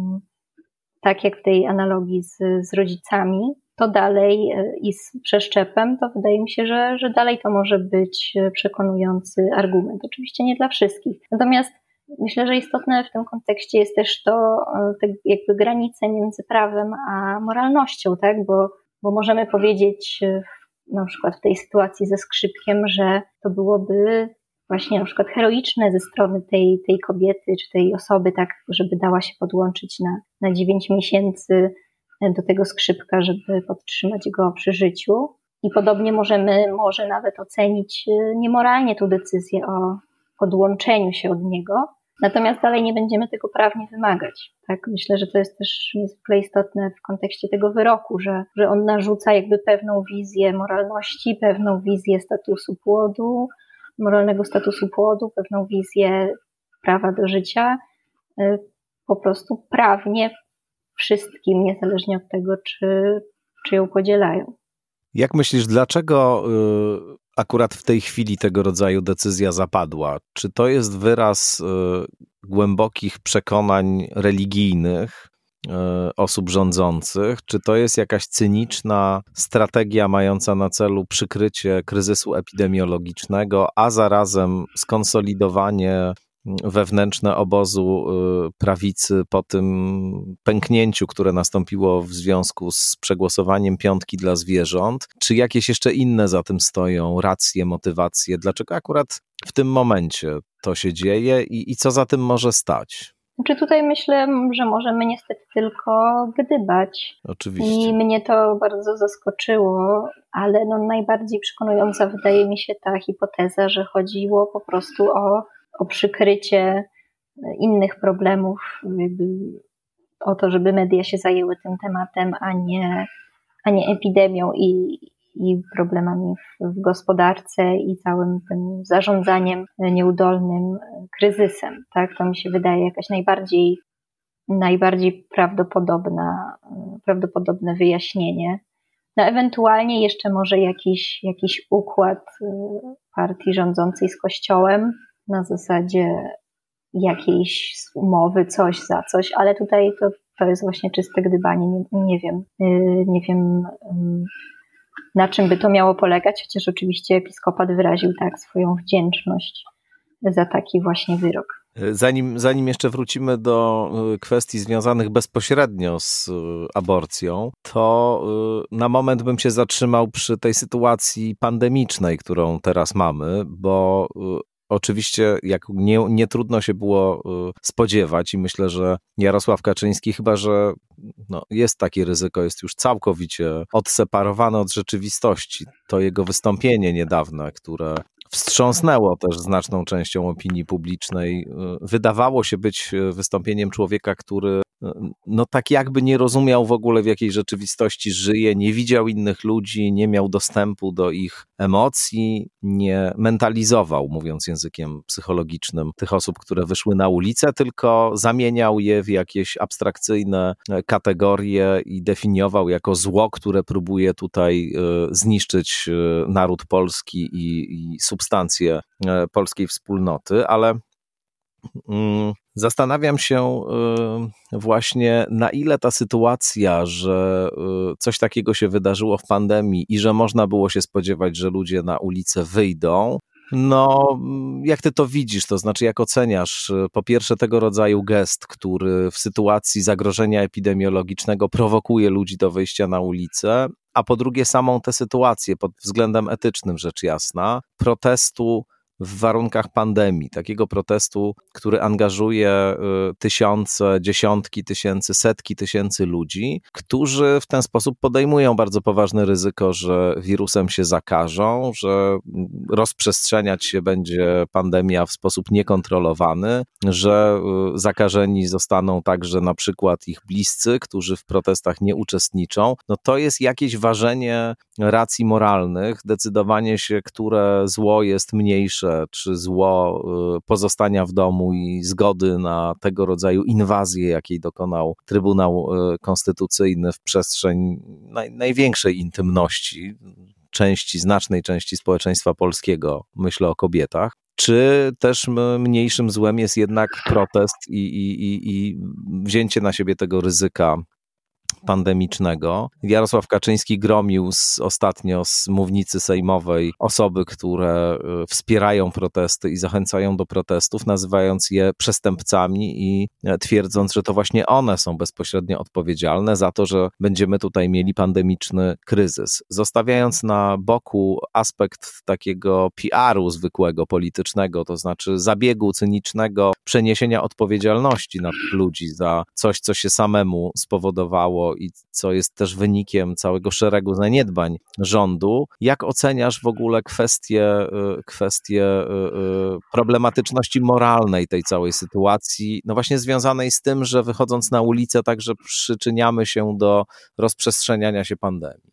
tak jak w tej analogii z, z rodzicami, to dalej i z przeszczepem, to wydaje mi się, że, że dalej to może być przekonujący argument. Oczywiście nie dla wszystkich. Natomiast myślę, że istotne w tym kontekście jest też to, te jakby granice między prawem a moralnością, tak? Bo, bo możemy powiedzieć na przykład w tej sytuacji ze skrzypkiem, że to byłoby właśnie na przykład heroiczne ze strony tej, tej kobiety czy tej osoby, tak, żeby dała się podłączyć na, na dziewięć miesięcy do tego skrzypka, żeby podtrzymać go przy życiu. I podobnie możemy może nawet ocenić niemoralnie tą decyzję o odłączeniu się od niego, natomiast dalej nie będziemy tego prawnie wymagać. Tak? Myślę, że to jest też niezwykle istotne w kontekście tego wyroku, że, że on narzuca jakby pewną wizję moralności, pewną wizję statusu płodu, moralnego statusu płodu, pewną wizję prawa do życia, po prostu prawnie wszystkim, niezależnie od tego, czy, czy ją podzielają. Jak myślisz, dlaczego y, akurat w tej chwili tego rodzaju decyzja zapadła? Czy to jest wyraz y, głębokich przekonań religijnych y, osób rządzących? Czy to jest jakaś cyniczna strategia mająca na celu przykrycie kryzysu epidemiologicznego, a zarazem skonsolidowanie wewnętrzne obozu prawicy po tym pęknięciu, które nastąpiło w związku z przegłosowaniem piątki dla zwierząt? Czy jakieś jeszcze inne za tym stoją racje, motywacje? Dlaczego akurat w tym momencie to się dzieje i, i co za tym może stać? Czy tutaj myślę, że możemy niestety tylko gdybać. Oczywiście. I mnie to bardzo zaskoczyło, ale no najbardziej przekonująca wydaje mi się ta hipoteza, że chodziło po prostu o o przykrycie innych problemów, jakby o to, żeby media się zajęły tym tematem, a nie, a nie epidemią i, i problemami w, w gospodarce i całym tym zarządzaniem nieudolnym kryzysem. Tak? To mi się wydaje jakaś najbardziej, najbardziej prawdopodobna, prawdopodobne wyjaśnienie. No ewentualnie jeszcze może jakiś, jakiś układ partii rządzącej z Kościołem, na zasadzie jakiejś umowy, coś za coś, ale tutaj to, to jest właśnie czyste gdybanie. Nie, nie wiem, nie wiem na czym by to miało polegać, chociaż oczywiście episkopat wyraził tak swoją wdzięczność za taki właśnie wyrok. Zanim, zanim jeszcze wrócimy do kwestii związanych bezpośrednio z aborcją, to na moment bym się zatrzymał przy tej sytuacji pandemicznej, którą teraz mamy, bo oczywiście, jak nie, nie trudno się było spodziewać i myślę, że Jarosław Kaczyński, chyba że no, jest takie ryzyko, jest już całkowicie odseparowany od rzeczywistości. To jego wystąpienie niedawne, które wstrząsnęło też znaczną częścią opinii publicznej, wydawało się być wystąpieniem człowieka, który no tak jakby nie rozumiał w ogóle, w jakiej rzeczywistości żyje, nie widział innych ludzi, nie miał dostępu do ich emocji, nie mentalizował, mówiąc językiem psychologicznym, tych osób, które wyszły na ulicę, tylko zamieniał je w jakieś abstrakcyjne kategorie i definiował jako zło, które próbuje tutaj zniszczyć naród polski i, i substancje polskiej wspólnoty, ale mm, zastanawiam się właśnie, na ile ta sytuacja, że coś takiego się wydarzyło w pandemii i że można było się spodziewać, że ludzie na ulicę wyjdą. No, jak ty to widzisz? To znaczy, jak oceniasz po pierwsze tego rodzaju gest, który w sytuacji zagrożenia epidemiologicznego prowokuje ludzi do wyjścia na ulicę, a po drugie samą tę sytuację pod względem etycznym, rzecz jasna, protestu w warunkach pandemii, takiego protestu, który angażuje tysiące, dziesiątki tysięcy, setki tysięcy ludzi, którzy w ten sposób podejmują bardzo poważne ryzyko, że wirusem się zakażą, że rozprzestrzeniać się będzie pandemia w sposób niekontrolowany, że zakażeni zostaną także na przykład ich bliscy, którzy w protestach nie uczestniczą. No to jest jakieś ważenie racji moralnych, decydowanie się, które zło jest mniejsze dobrze czy zło pozostania w domu i zgody na tego rodzaju inwazję, jakiej dokonał Trybunał Konstytucyjny w przestrzeń naj, największej intymności części, znacznej części społeczeństwa polskiego, myślę o kobietach. Czy też mniejszym złem jest jednak protest i, i, i, i wzięcie na siebie tego ryzyka pandemicznego. Jarosław Kaczyński gromił z, ostatnio z mównicy sejmowej osoby, które wspierają protesty i zachęcają do protestów, nazywając je przestępcami i twierdząc, że to właśnie one są bezpośrednio odpowiedzialne za to, że będziemy tutaj mieli pandemiczny kryzys. Zostawiając na boku aspekt takiego P R u zwykłego, politycznego, to znaczy zabiegu cynicznego, przeniesienia odpowiedzialności na ludzi za coś, co się samemu spowodowało i co jest też wynikiem całego szeregu zaniedbań rządu. Jak oceniasz w ogóle kwestię, kwestię problematyczności moralnej tej całej sytuacji, no właśnie związanej z tym, że wychodząc na ulicę także przyczyniamy się do rozprzestrzeniania się pandemii?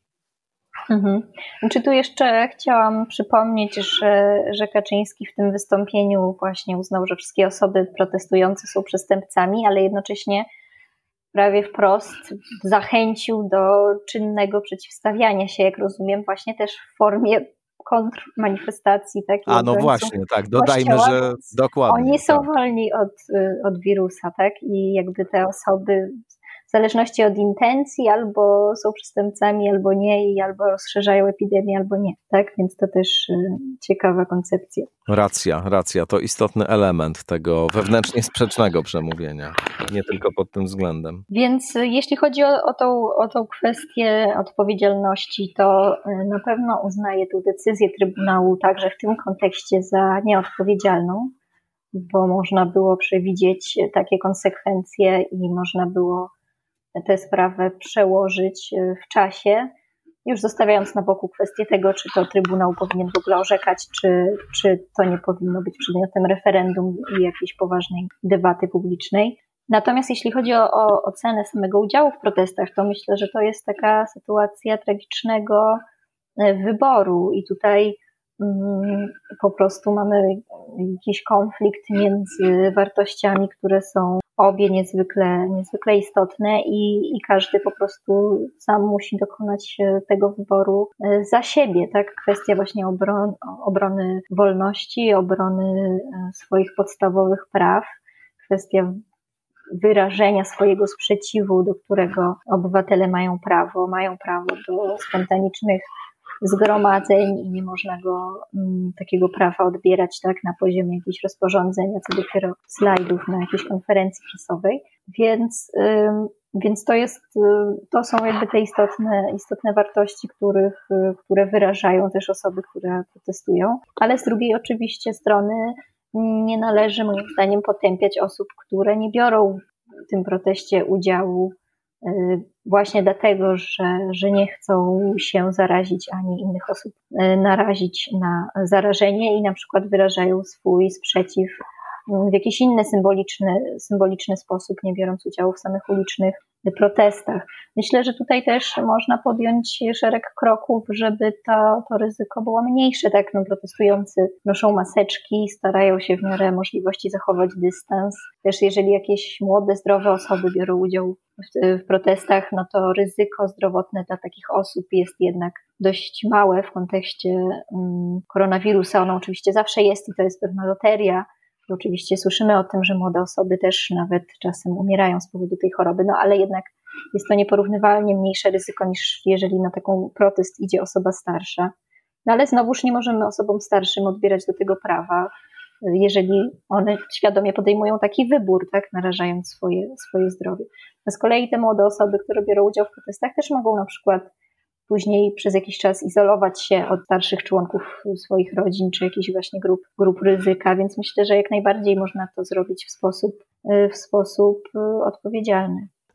Mhm. Czy tu jeszcze chciałam przypomnieć, że, że Kaczyński w tym wystąpieniu właśnie uznał, że wszystkie osoby protestujące są przestępcami, ale jednocześnie prawie wprost zachęcił do czynnego przeciwstawiania się, jak rozumiem, właśnie też w formie kontrmanifestacji. Tak, A no właśnie, tak, dodajmy, kościoła, że dokładnie. Oni są tak. wolni od, od wirusa, tak, i jakby te osoby w zależności od intencji albo są przestępcami, albo nie, i albo rozszerzają epidemię, albo nie, tak, więc to też ciekawa koncepcja. Racja, racja, to istotny element tego wewnętrznie sprzecznego przemówienia, nie tylko pod tym względem. Więc jeśli chodzi o, o, tą, o tą kwestię odpowiedzialności, to na pewno uznaję tę decyzję Trybunału także w tym kontekście za nieodpowiedzialną, bo można było przewidzieć takie konsekwencje i można było tę sprawę przełożyć w czasie, już zostawiając na boku kwestię tego, czy to Trybunał powinien w ogóle orzekać, czy, czy to nie powinno być przedmiotem referendum i jakiejś poważnej debaty publicznej. Natomiast jeśli chodzi o, o ocenę samego udziału w protestach, to myślę, że to jest taka sytuacja tragicznego wyboru i tutaj mm, po prostu mamy jakiś konflikt między wartościami, które są obie niezwykle, niezwykle istotne i, i każdy po prostu sam musi dokonać tego wyboru za siebie, tak? Kwestia właśnie obron, obrony wolności, obrony swoich podstawowych praw, kwestia wyrażenia swojego sprzeciwu, do którego obywatele mają prawo, mają prawo do spontanicznych zgromadzeń i nie można go m, takiego prawa odbierać tak na poziomie jakichś rozporządzeń, a co dopiero slajdów na jakiejś konferencji prasowej. Więc, ym, więc to jest, y, to są jakby te istotne, istotne wartości, których, y, które wyrażają też osoby, które protestują. Ale z drugiej oczywiście strony nie należy moim zdaniem potępiać osób, które nie biorą w tym proteście udziału właśnie dlatego, że, że nie chcą się zarazić ani innych osób narazić na zarażenie i na przykład wyrażają swój sprzeciw w jakiś inny symboliczny, symboliczny sposób, nie biorąc udziału w samych ulicznych protestach. Myślę, że tutaj też można podjąć szereg kroków, żeby to, to ryzyko było mniejsze. Tak, no, protestujący noszą maseczki, starają się w miarę możliwości zachować dystans. Też jeżeli jakieś młode, zdrowe osoby biorą udział w, w protestach, no to ryzyko zdrowotne dla takich osób jest jednak dość małe w kontekście um, koronawirusa. Ono oczywiście zawsze jest i to jest pewna loteria. Oczywiście słyszymy o tym, że młode osoby też nawet czasem umierają z powodu tej choroby, no ale jednak jest to nieporównywalnie mniejsze ryzyko niż jeżeli na taką protest idzie osoba starsza. No ale znowuż nie możemy osobom starszym odbierać do tego prawa, jeżeli one świadomie podejmują taki wybór, tak, narażając swoje, swoje zdrowie. A z kolei te młode osoby, które biorą udział w protestach, też mogą na przykład później przez jakiś czas izolować się od starszych członków swoich rodzin, czy jakichś właśnie grup, grup ryzyka, więc myślę, że jak najbardziej można to zrobić w sposób, w sposób odpowiedzialny.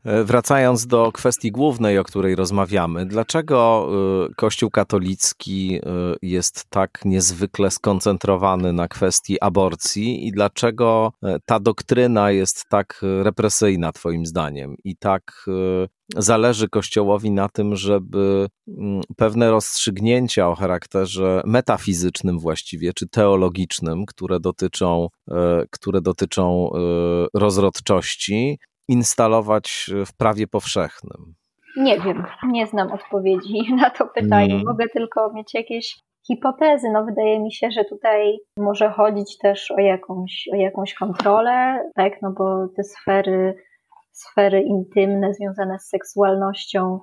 Wracając do kwestii głównej, o której rozmawiamy, dlaczego Kościół katolicki jest tak niezwykle skoncentrowany na kwestii aborcji i dlaczego ta doktryna jest tak represyjna twoim zdaniem i tak zależy Kościołowi na tym, żeby pewne rozstrzygnięcia o charakterze metafizycznym właściwie, czy teologicznym, które dotyczą, które dotyczą rozrodczości, instalować w prawie powszechnym? Nie wiem, nie znam odpowiedzi na to pytanie. Mm. Mogę tylko mieć jakieś hipotezy. No wydaje mi się, że tutaj może chodzić też o jakąś, o jakąś kontrolę, tak? No bo te sfery, sfery intymne związane z seksualnością,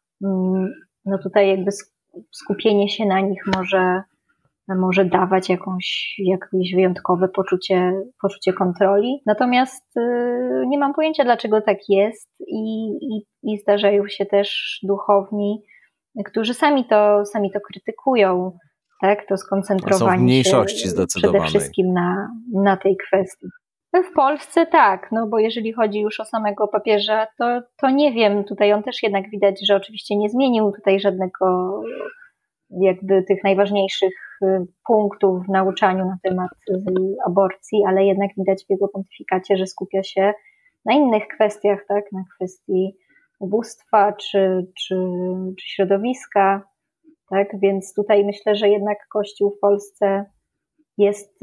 no tutaj jakby skupienie się na nich może, może dawać jakąś, jakieś wyjątkowe poczucie, poczucie kontroli. Natomiast yy, nie mam pojęcia, dlaczego tak jest i, i, i zdarzają się też duchowni, którzy sami to, sami to krytykują, tak? To skoncentrowanie są w mniejszości się zdecydowanej. przede wszystkim na, na tej kwestii. W Polsce tak, no bo jeżeli chodzi już o samego papieża, to, to nie wiem, tutaj on też jednak widać, że oczywiście nie zmienił tutaj żadnego jakby tych najważniejszych punktów w nauczaniu na temat aborcji, ale jednak widać w jego pontyfikacie, że skupia się na innych kwestiach, tak, na kwestii ubóstwa czy, czy, czy środowiska, tak, więc tutaj myślę, że jednak Kościół w Polsce jest,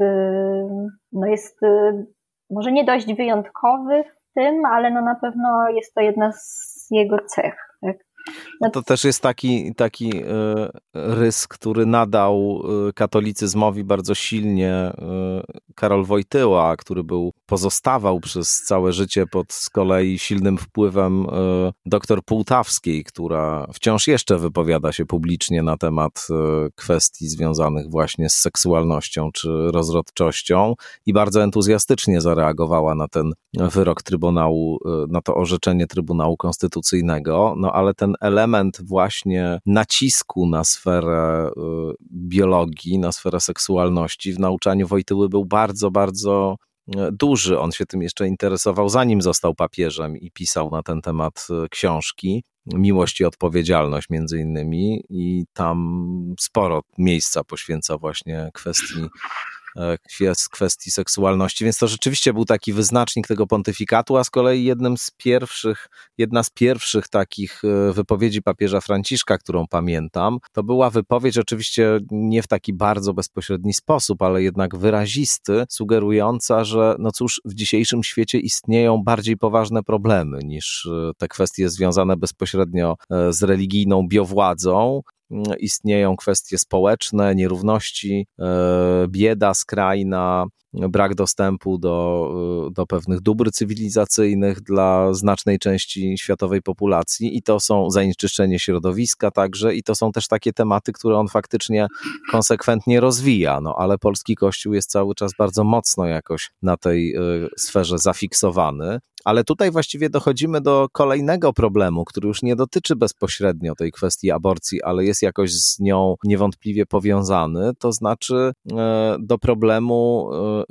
no jest może nie dość wyjątkowy w tym, ale no na pewno jest to jedna z jego cech, tak. No to też jest taki, taki rys, który nadał katolicyzmowi bardzo silnie Karol Wojtyła, który był, pozostawał przez całe życie pod z kolei silnym wpływem dr Półtawskiej, która wciąż jeszcze wypowiada się publicznie na temat kwestii związanych właśnie z seksualnością czy rozrodczością i bardzo entuzjastycznie zareagowała na ten wyrok Trybunału, na to orzeczenie Trybunału Konstytucyjnego, no ale ten element właśnie nacisku na sferę biologii, na sferę seksualności w nauczaniu Wojtyły był bardzo, bardzo duży. On się tym jeszcze interesował, zanim został papieżem i pisał na ten temat książki. Miłość i odpowiedzialność między innymi i tam sporo miejsca poświęca właśnie kwestii kwestii seksualności, więc to rzeczywiście był taki wyznacznik tego pontyfikatu, a z kolei jednym z pierwszych, jedna z pierwszych takich wypowiedzi papieża Franciszka, którą pamiętam, to była wypowiedź oczywiście nie w taki bardzo bezpośredni sposób, ale jednak wyrazisty, sugerująca, że no cóż, w dzisiejszym świecie istnieją bardziej poważne problemy niż te kwestie związane bezpośrednio z religijną biowładzą. Istnieją kwestie społeczne, nierówności, bieda skrajna, brak dostępu do, do pewnych dóbr cywilizacyjnych dla znacznej części światowej populacji i to są zanieczyszczenie środowiska także i to są też takie tematy, które on faktycznie konsekwentnie rozwija, no ale polski Kościół jest cały czas bardzo mocno jakoś na tej sferze zafiksowany. Ale tutaj właściwie dochodzimy do kolejnego problemu, który już nie dotyczy bezpośrednio tej kwestii aborcji, ale jest jakoś z nią niewątpliwie powiązany, to znaczy do problemu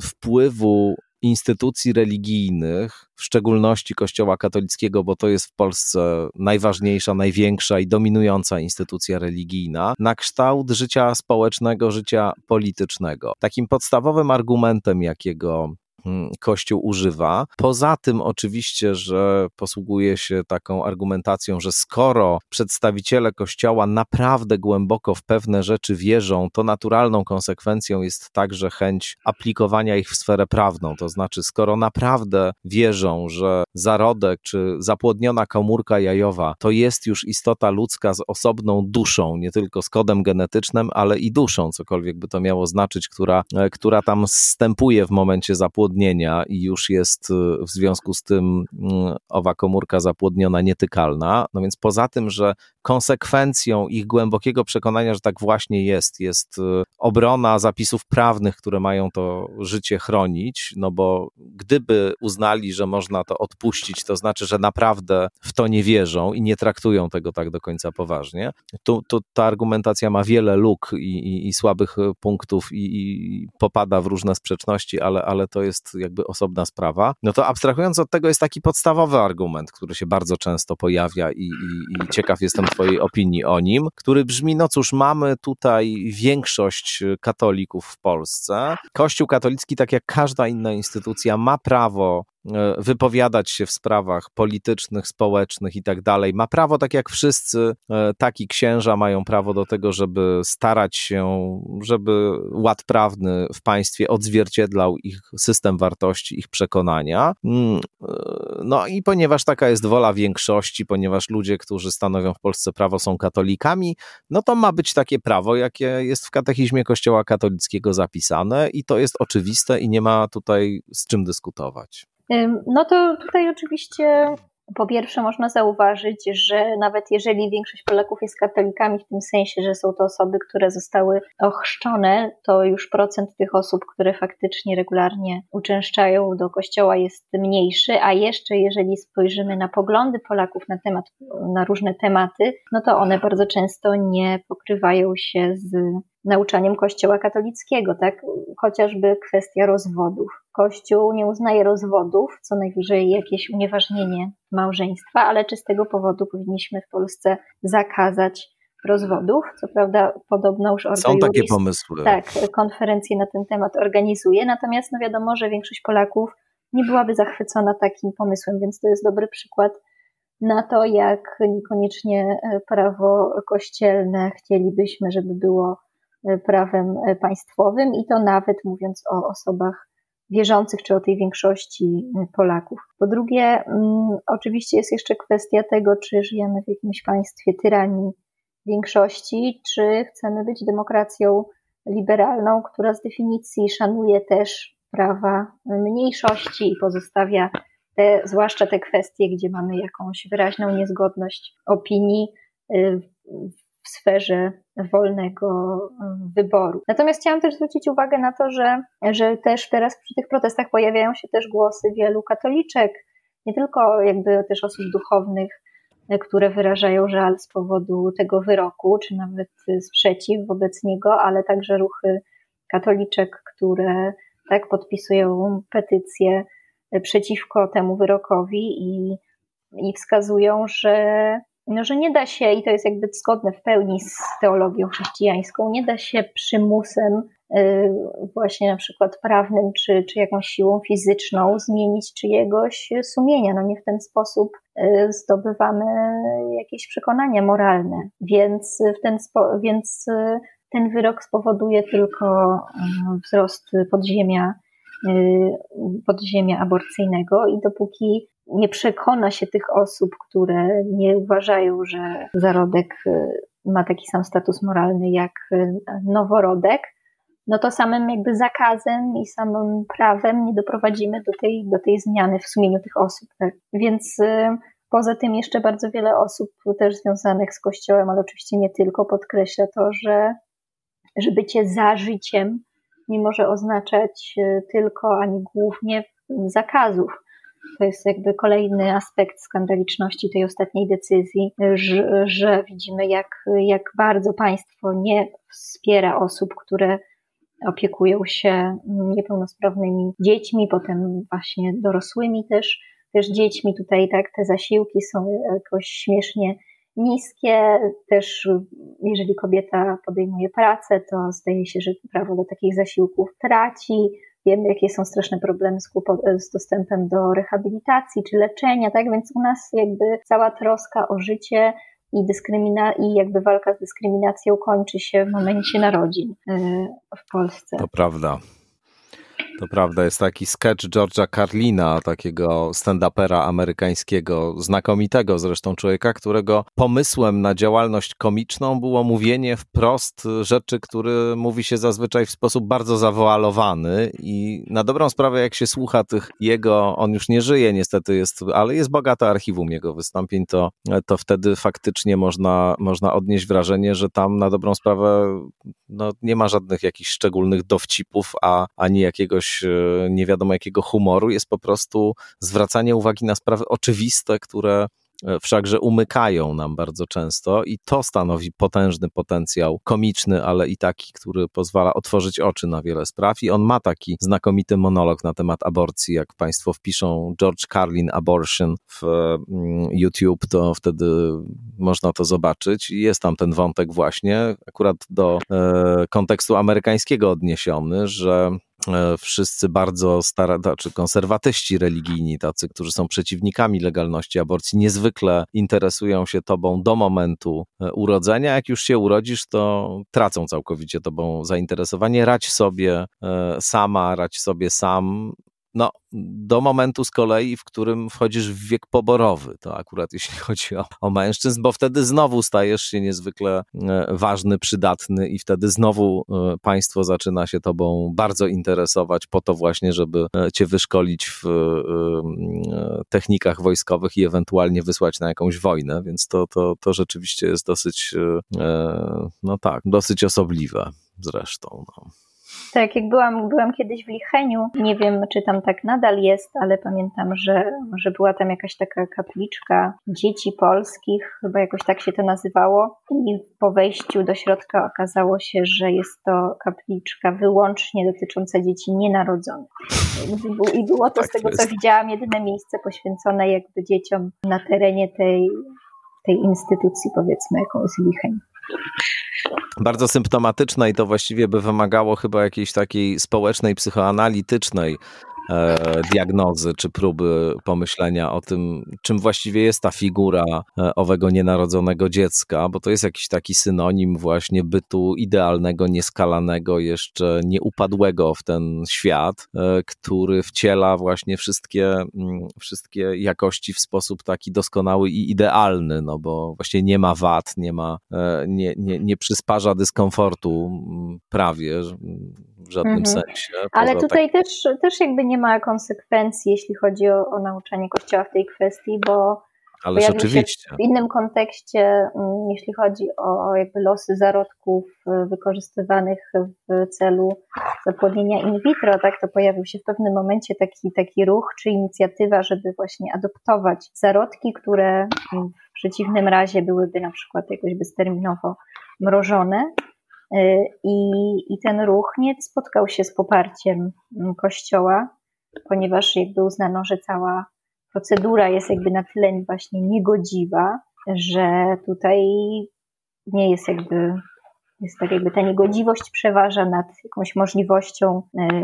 wpływu instytucji religijnych, w szczególności Kościoła katolickiego, bo to jest w Polsce najważniejsza, największa i dominująca instytucja religijna, na kształt życia społecznego, życia politycznego. Takim podstawowym argumentem, jakiego Kościół używa. Poza tym oczywiście, że posługuje się taką argumentacją, że skoro przedstawiciele Kościoła naprawdę głęboko w pewne rzeczy wierzą, to naturalną konsekwencją jest także chęć aplikowania ich w sferę prawną. To znaczy, skoro naprawdę wierzą, że zarodek czy zapłodniona komórka jajowa to jest już istota ludzka z osobną duszą, nie tylko z kodem genetycznym, ale i duszą, cokolwiek by to miało znaczyć, która, która tam zstępuje w momencie zapłodnienia i już jest w związku z tym owa komórka zapłodniona nietykalna. No więc poza tym, że konsekwencją ich głębokiego przekonania, że tak właśnie jest, jest obrona zapisów prawnych, które mają to życie chronić, no bo gdyby uznali, że można to odpuścić, to znaczy, że naprawdę w to nie wierzą i nie traktują tego tak do końca poważnie. Tu, tu ta argumentacja ma wiele luk i, i, i słabych punktów i, i popada w różne sprzeczności, ale, ale to jest jest jakby osobna sprawa. No to abstrahując od tego jest taki podstawowy argument, który się bardzo często pojawia i, i, i ciekaw jestem twojej opinii o nim, który brzmi, no cóż, mamy tutaj większość katolików w Polsce. Kościół katolicki, tak jak każda inna instytucja, ma prawo wypowiadać się w sprawach politycznych, społecznych i tak dalej. Ma prawo, tak jak wszyscy, taki księża mają prawo do tego, żeby starać się, żeby ład prawny w państwie odzwierciedlał ich system wartości, ich przekonania. No i ponieważ taka jest wola większości, ponieważ ludzie, którzy stanowią w Polsce prawo, są katolikami, no to ma być takie prawo, jakie jest w katechizmie Kościoła katolickiego zapisane i to jest oczywiste i nie ma tutaj z czym dyskutować. No to tutaj oczywiście po pierwsze można zauważyć, że nawet jeżeli większość Polaków jest katolikami w tym sensie, że są to osoby, które zostały ochrzczone, to już procent tych osób, które faktycznie regularnie uczęszczają do kościoła jest mniejszy, a jeszcze jeżeli spojrzymy na poglądy Polaków na temat, na różne tematy, no to one bardzo często nie pokrywają się z nauczaniem Kościoła katolickiego, tak? Chociażby kwestia rozwodów. Kościół nie uznaje rozwodów, co najwyżej jakieś unieważnienie małżeństwa, ale czy z tego powodu powinniśmy w Polsce zakazać rozwodów? Co prawda podobno już Ordo Są Iuris, takie pomysły. Tak, konferencje na ten temat organizuje, natomiast no wiadomo, że większość Polaków nie byłaby zachwycona takim pomysłem, więc to jest dobry przykład na to, jak niekoniecznie prawo kościelne chcielibyśmy, żeby było prawem państwowym i to nawet mówiąc o osobach wierzących, czy o tej większości Polaków. Po drugie, oczywiście jest jeszcze kwestia tego, czy żyjemy w jakimś państwie tyranii większości, czy chcemy być demokracją liberalną, która z definicji szanuje też prawa mniejszości i pozostawia te, zwłaszcza te kwestie, gdzie mamy jakąś wyraźną niezgodność opinii w sferze wolnego wyboru. Natomiast chciałam też zwrócić uwagę na to, że, że też teraz przy tych protestach pojawiają się też głosy wielu katoliczek, nie tylko jakby też osób duchownych, które wyrażają żal z powodu tego wyroku, czy nawet sprzeciw wobec niego, ale także ruchy katoliczek, które tak podpisują petycje przeciwko temu wyrokowi i, i wskazują, że No, że nie da się, i to jest jakby zgodne w pełni z teologią chrześcijańską, nie da się przymusem y, właśnie na przykład prawnym, czy, czy jakąś siłą fizyczną zmienić czyjegoś sumienia. No nie w ten sposób y, zdobywamy jakieś przekonania moralne, więc, w ten spo, więc y, ten wyrok spowoduje tylko y, wzrost podziemia, y, podziemia aborcyjnego i dopóki nie przekona się tych osób, które nie uważają, że zarodek ma taki sam status moralny jak noworodek, no to samym jakby zakazem i samym prawem nie doprowadzimy do tej, do tej zmiany w sumieniu tych osób. Tak? Więc poza tym jeszcze bardzo wiele osób też związanych z Kościołem, ale oczywiście nie tylko, podkreśla to, że, że bycie za życiem nie może oznaczać tylko ani głównie zakazów. To jest jakby kolejny aspekt skandaliczności tej ostatniej decyzji, że, że widzimy, jak, jak bardzo państwo nie wspiera osób, które opiekują się niepełnosprawnymi dziećmi, potem właśnie dorosłymi też, też dziećmi. Tutaj tak te zasiłki są jakoś śmiesznie niskie. Też jeżeli kobieta podejmuje pracę, to zdaje się, że prawo do takich zasiłków traci. Wiemy, jakie są straszne problemy z, z dostępem do rehabilitacji czy leczenia, tak? Więc u nas jakby cała troska o życie i dyskrymina i jakby walka z dyskryminacją kończy się w momencie narodzin w Polsce. To prawda. To prawda, jest taki sketch George'a Carlina, takiego stand-upera amerykańskiego, znakomitego zresztą człowieka, którego pomysłem na działalność komiczną było mówienie wprost rzeczy, które mówi się zazwyczaj w sposób bardzo zawoalowany i na dobrą sprawę jak się słucha tych jego, on już nie żyje niestety, jest, ale jest bogate archiwum jego wystąpień, to, to wtedy faktycznie można, można odnieść wrażenie, że tam na dobrą sprawę no, nie ma żadnych jakichś szczególnych dowcipów, a ani jakiegoś nie wiadomo jakiego humoru, jest po prostu zwracanie uwagi na sprawy oczywiste, które wszakże umykają nam bardzo często i to stanowi potężny potencjał komiczny, ale i taki, który pozwala otworzyć oczy na wiele spraw i on ma taki znakomity monolog na temat aborcji, jak państwo wpiszą George Carlin Abortion w YouTube, to wtedy można to zobaczyć i jest tam ten wątek właśnie, akurat do e, kontekstu amerykańskiego odniesiony, że wszyscy bardzo stara, czy konserwatyści religijni, tacy, którzy są przeciwnikami legalności aborcji, niezwykle interesują się tobą do momentu urodzenia. Jak już się urodzisz, to tracą całkowicie tobą zainteresowanie. Radź sobie sama, radź sobie sam. No, do momentu z kolei, w którym wchodzisz w wiek poborowy, to akurat jeśli chodzi o, o mężczyzn, bo wtedy znowu stajesz się niezwykle ważny, przydatny i wtedy znowu państwo zaczyna się tobą bardzo interesować po to właśnie, żeby cię wyszkolić w technikach wojskowych i ewentualnie wysłać na jakąś wojnę, więc to, to, to rzeczywiście jest dosyć, no tak, dosyć osobliwe zresztą, no. Tak, jak byłam, byłam kiedyś w Licheniu, nie wiem, czy tam tak nadal jest, ale pamiętam, że, że była tam jakaś taka kapliczka dzieci polskich, chyba jakoś tak się to nazywało i po wejściu do środka okazało się, że jest to kapliczka wyłącznie dotycząca dzieci nienarodzonych. I było to, z tego co widziałam, jedyne miejsce poświęcone jakby dzieciom na terenie tej, tej instytucji, powiedzmy, jaką jest Licheń. Bardzo symptomatyczne i to właściwie by wymagało chyba jakiejś takiej społecznej, psychoanalitycznej e, diagnozy czy próby pomyślenia o tym, czym właściwie jest ta figura e, owego nienarodzonego dziecka, bo to jest jakiś taki synonim właśnie bytu idealnego, nieskalanego, jeszcze nieupadłego w ten świat, e, który wciela właśnie wszystkie, m, wszystkie jakości w sposób taki doskonały i idealny, no bo właśnie nie ma wad, nie ma, e, nie, nie, nie przysparza dyskomfortu m, prawie w żadnym mhm. sensie. Ale tutaj tak... też, też jakby nie ma konsekwencji, jeśli chodzi o, o nauczanie Kościoła w tej kwestii, bo Ależ oczywiście. W innym kontekście, jeśli chodzi o jakby losy zarodków wykorzystywanych w celu zapłodnienia in vitro, tak, to pojawił się w pewnym momencie taki, taki ruch czy inicjatywa, żeby właśnie adoptować zarodki, które w przeciwnym razie byłyby na przykład jakoś bezterminowo mrożone. I, i ten ruch nie spotkał się z poparciem Kościoła, ponieważ jakby uznano, że cała procedura jest jakby na tyle właśnie niegodziwa, że tutaj nie jest jakby, jest tak jakby ta niegodziwość przeważa nad jakąś możliwością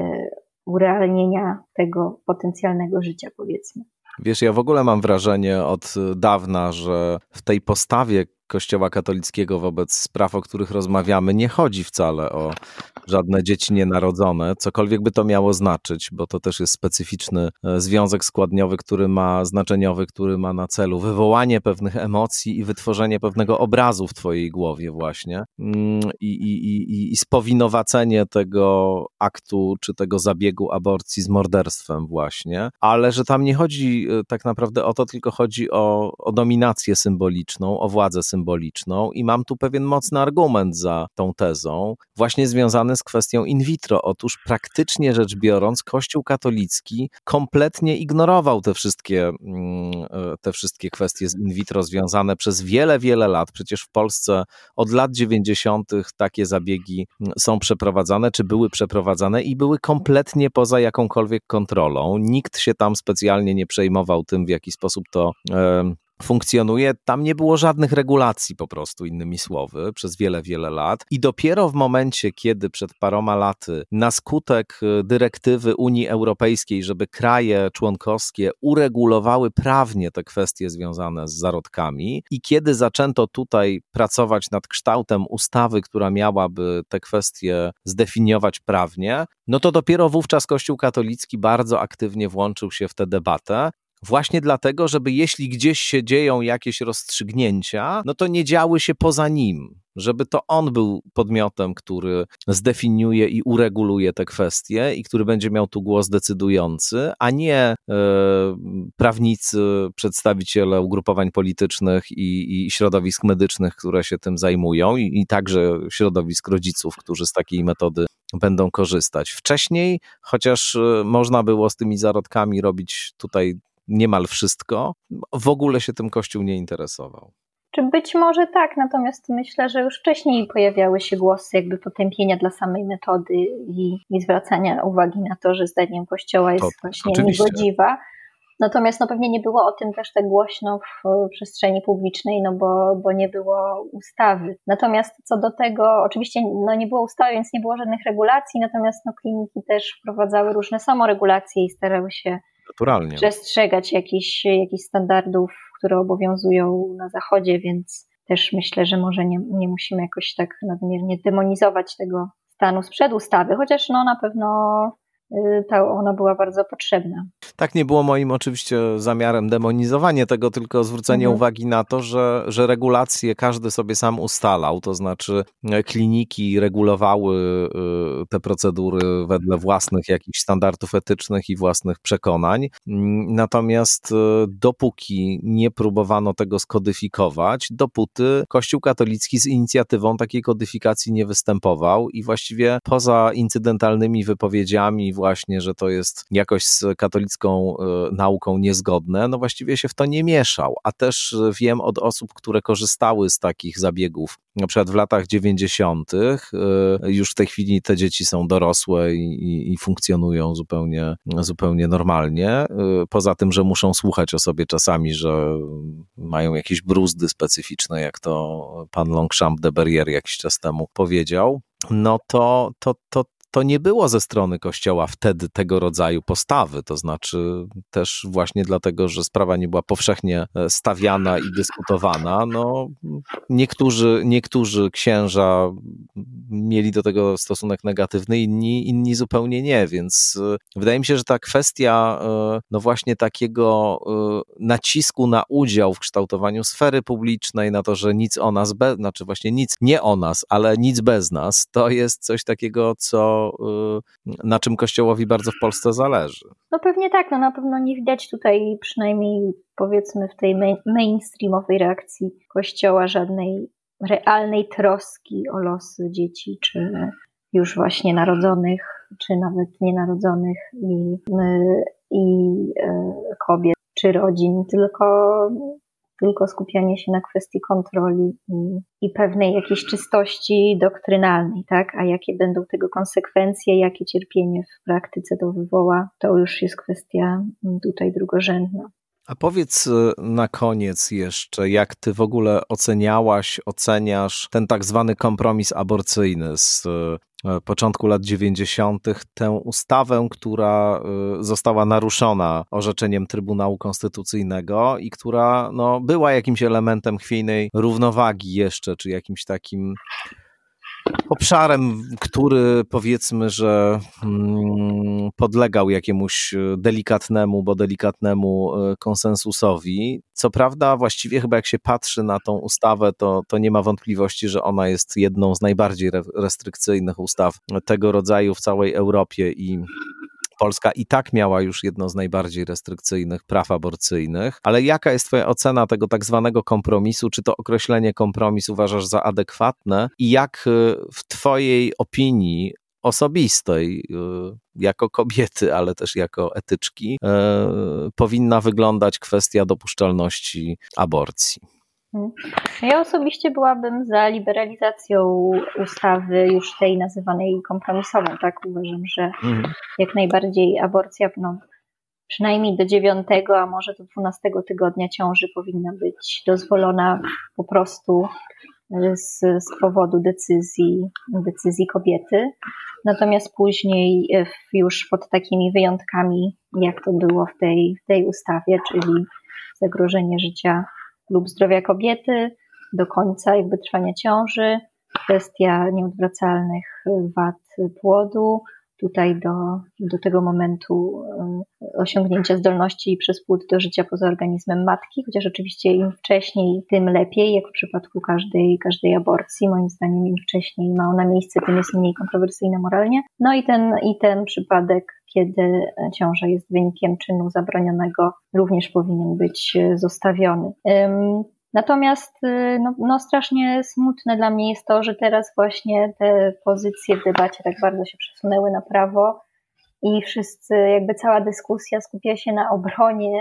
urealnienia tego potencjalnego życia, powiedzmy. Wiesz, ja w ogóle mam wrażenie od dawna, że w tej postawie Kościoła katolickiego wobec spraw, o których rozmawiamy, nie chodzi wcale o żadne dzieci nienarodzone, cokolwiek by to miało znaczyć, bo to też jest specyficzny związek składniowy, który ma znaczeniowy, który ma na celu wywołanie pewnych emocji i wytworzenie pewnego obrazu w twojej głowie właśnie i, i, i, i spowinowacenie tego aktu czy tego zabiegu aborcji z morderstwem właśnie, ale że tam nie chodzi tak naprawdę o to, tylko chodzi o, o dominację symboliczną, o władzę symboliczną, symboliczną i mam tu pewien mocny argument za tą tezą, właśnie związany z kwestią in vitro. Otóż praktycznie rzecz biorąc, Kościół katolicki kompletnie ignorował te wszystkie, te wszystkie kwestie z in vitro związane przez wiele, wiele lat. Przecież w Polsce od lat dziewięćdziesiątych takie zabiegi są przeprowadzane, czy były przeprowadzane i były kompletnie poza jakąkolwiek kontrolą. Nikt się tam specjalnie nie przejmował tym, w jaki sposób to e, funkcjonuje. Tam nie było żadnych regulacji po prostu, innymi słowy, przez wiele, wiele lat. I dopiero w momencie, kiedy przed paroma laty na skutek dyrektywy Unii Europejskiej, żeby kraje członkowskie uregulowały prawnie te kwestie związane z zarodkami i kiedy zaczęto tutaj pracować nad kształtem ustawy, która miałaby te kwestie zdefiniować prawnie, no to dopiero wówczas Kościół katolicki bardzo aktywnie włączył się w tę debatę. Właśnie dlatego, żeby jeśli gdzieś się dzieją jakieś rozstrzygnięcia, no to nie działy się poza nim, żeby to on był podmiotem, który zdefiniuje i ureguluje te kwestie i który będzie miał tu głos decydujący, a nie e, prawnicy, przedstawiciele ugrupowań politycznych i, i środowisk medycznych, które się tym zajmują i, i także środowisk rodziców, którzy z takiej metody będą korzystać. Wcześniej, chociaż można było z tymi zarodkami robić tutaj niemal wszystko, w ogóle się tym Kościół nie interesował. Czy być może tak, natomiast myślę, że już wcześniej pojawiały się głosy jakby potępienia dla samej metody i, i zwracania uwagi na to, że zdaniem Kościoła jest to, właśnie oczywiście niegodziwa. Natomiast no pewnie nie było o tym też tak głośno w przestrzeni publicznej, no bo, bo nie było ustawy. Natomiast co do tego, oczywiście no nie było ustawy, więc nie było żadnych regulacji, natomiast no kliniki też wprowadzały różne samoregulacje i starały się naturalnie przestrzegać jakichś, jakichś standardów, które obowiązują na Zachodzie, więc też myślę, że może nie, nie musimy jakoś tak nadmiernie demonizować tego stanu sprzed ustawy, chociaż no na pewno ta ona była bardzo potrzebna. Tak, nie było moim oczywiście zamiarem demonizowanie tego, tylko zwrócenie mhm. uwagi na to, że, że regulacje każdy sobie sam ustalał, to znaczy kliniki regulowały te procedury wedle własnych jakichś standardów etycznych i własnych przekonań, natomiast dopóki nie próbowano tego skodyfikować, dopóty Kościół katolicki z inicjatywą takiej kodyfikacji nie występował i właściwie poza incydentalnymi wypowiedziami właśnie, że to jest jakoś z katolicką y, nauką niezgodne, no właściwie się w to nie mieszał, a też wiem od osób, które korzystały z takich zabiegów, na przykład w latach dziewięćdziesiątych, y, już w tej chwili te dzieci są dorosłe i, i, i funkcjonują zupełnie, zupełnie normalnie, y, poza tym, że muszą słuchać o sobie czasami, że mają jakieś bruzdy specyficzne, jak to pan Longchamp de Berrier jakiś czas temu powiedział, no to, to, to To nie było ze strony Kościoła wtedy tego rodzaju postawy, to znaczy też właśnie dlatego, że sprawa nie była powszechnie stawiana i dyskutowana, no niektórzy, niektórzy księża mieli do tego stosunek negatywny, inni, inni zupełnie nie, więc wydaje mi się, że ta kwestia no właśnie takiego nacisku na udział w kształtowaniu sfery publicznej, na to, że nic o nas, be, znaczy właśnie nic nie o nas, ale nic bez nas, to jest coś takiego, co na czym Kościołowi bardzo w Polsce zależy. No pewnie tak, no na pewno nie widać tutaj przynajmniej powiedzmy w tej main, mainstreamowej reakcji Kościoła żadnej realnej troski o losy dzieci, czy już właśnie narodzonych, czy nawet nienarodzonych i, i kobiet, czy rodzin, tylko tylko skupianie się na kwestii kontroli i, i pewnej jakiejś czystości doktrynalnej, tak? A jakie będą tego konsekwencje, jakie cierpienie w praktyce to wywoła, to już jest kwestia tutaj drugorzędna. A powiedz na koniec jeszcze, jak ty w ogóle oceniałaś, oceniasz ten tak zwany kompromis aborcyjny z początku lat dziewięćdziesiątych, tę ustawę, która została naruszona orzeczeniem Trybunału Konstytucyjnego i która no, była jakimś elementem chwiejnej równowagi jeszcze, czy jakimś takim obszarem, który powiedzmy, że hmm, podlegał jakiemuś delikatnemu, bo delikatnemu konsensusowi. Co prawda, właściwie chyba jak się patrzy na tą ustawę, to, to nie ma wątpliwości, że ona jest jedną z najbardziej restrykcyjnych ustaw tego rodzaju w całej Europie i Polska i tak miała już jedno z najbardziej restrykcyjnych praw aborcyjnych, ale jaka jest twoja ocena tego tak zwanego kompromisu? Czy to określenie kompromis uważasz za adekwatne i jak w twojej opinii osobistej, jako kobiety, ale też jako etyczki, powinna wyglądać kwestia dopuszczalności aborcji? Ja osobiście byłabym za liberalizacją ustawy już tej nazywanej kompromisową, tak? Uważam, że mhm. jak najbardziej aborcja, no, przynajmniej do dziewiątego, a może do dwunastego tygodnia ciąży powinna być dozwolona po prostu z, z powodu decyzji, decyzji kobiety. Natomiast później już pod takimi wyjątkami, jak to było w tej, w tej ustawie, czyli zagrożenie życia lub zdrowia kobiety do końca jakby trwania ciąży, kwestia nieodwracalnych wad płodu, tutaj do, do tego momentu osiągnięcia zdolności przez płód do życia poza organizmem matki, chociaż oczywiście im wcześniej, tym lepiej, jak w przypadku każdej, każdej aborcji. Moim zdaniem im wcześniej ma ona miejsce, tym jest mniej kontrowersyjna moralnie. No i ten, i ten przypadek, kiedy ciąża jest wynikiem czynu zabronionego, również powinien być zostawiony. Natomiast no, no strasznie smutne dla mnie jest to, że teraz właśnie te pozycje w debacie tak bardzo się przesunęły na prawo i wszyscy, jakby cała dyskusja skupia się na obronie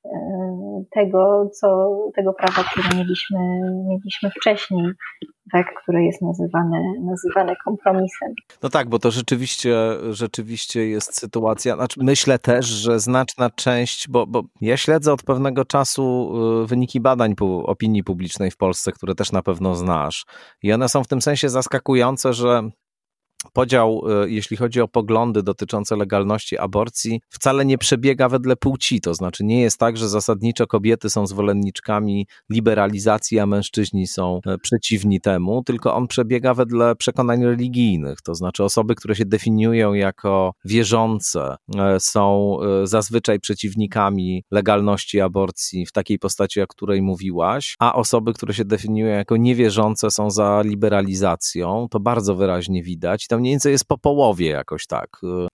tego, co, tego prawa, które mieliśmy, mieliśmy wcześniej, tak, które jest nazywane, nazywane kompromisem. No tak, bo to rzeczywiście, rzeczywiście jest sytuacja, znaczy myślę też, że znaczna część, bo, bo ja śledzę od pewnego czasu wyniki badań opinii publicznej w Polsce, które też na pewno znasz, i one są w tym sensie zaskakujące, że podział, jeśli chodzi o poglądy dotyczące legalności aborcji, wcale nie przebiega wedle płci. To znaczy nie jest tak, że zasadniczo kobiety są zwolenniczkami liberalizacji, a mężczyźni są przeciwni temu, tylko on przebiega wedle przekonań religijnych. To znaczy osoby, które się definiują jako wierzące, są zazwyczaj przeciwnikami legalności aborcji w takiej postaci, o której mówiłaś, a osoby, które się definiują jako niewierzące, są za liberalizacją. To bardzo wyraźnie widać. To mniej więcej jest po połowie jakoś tak.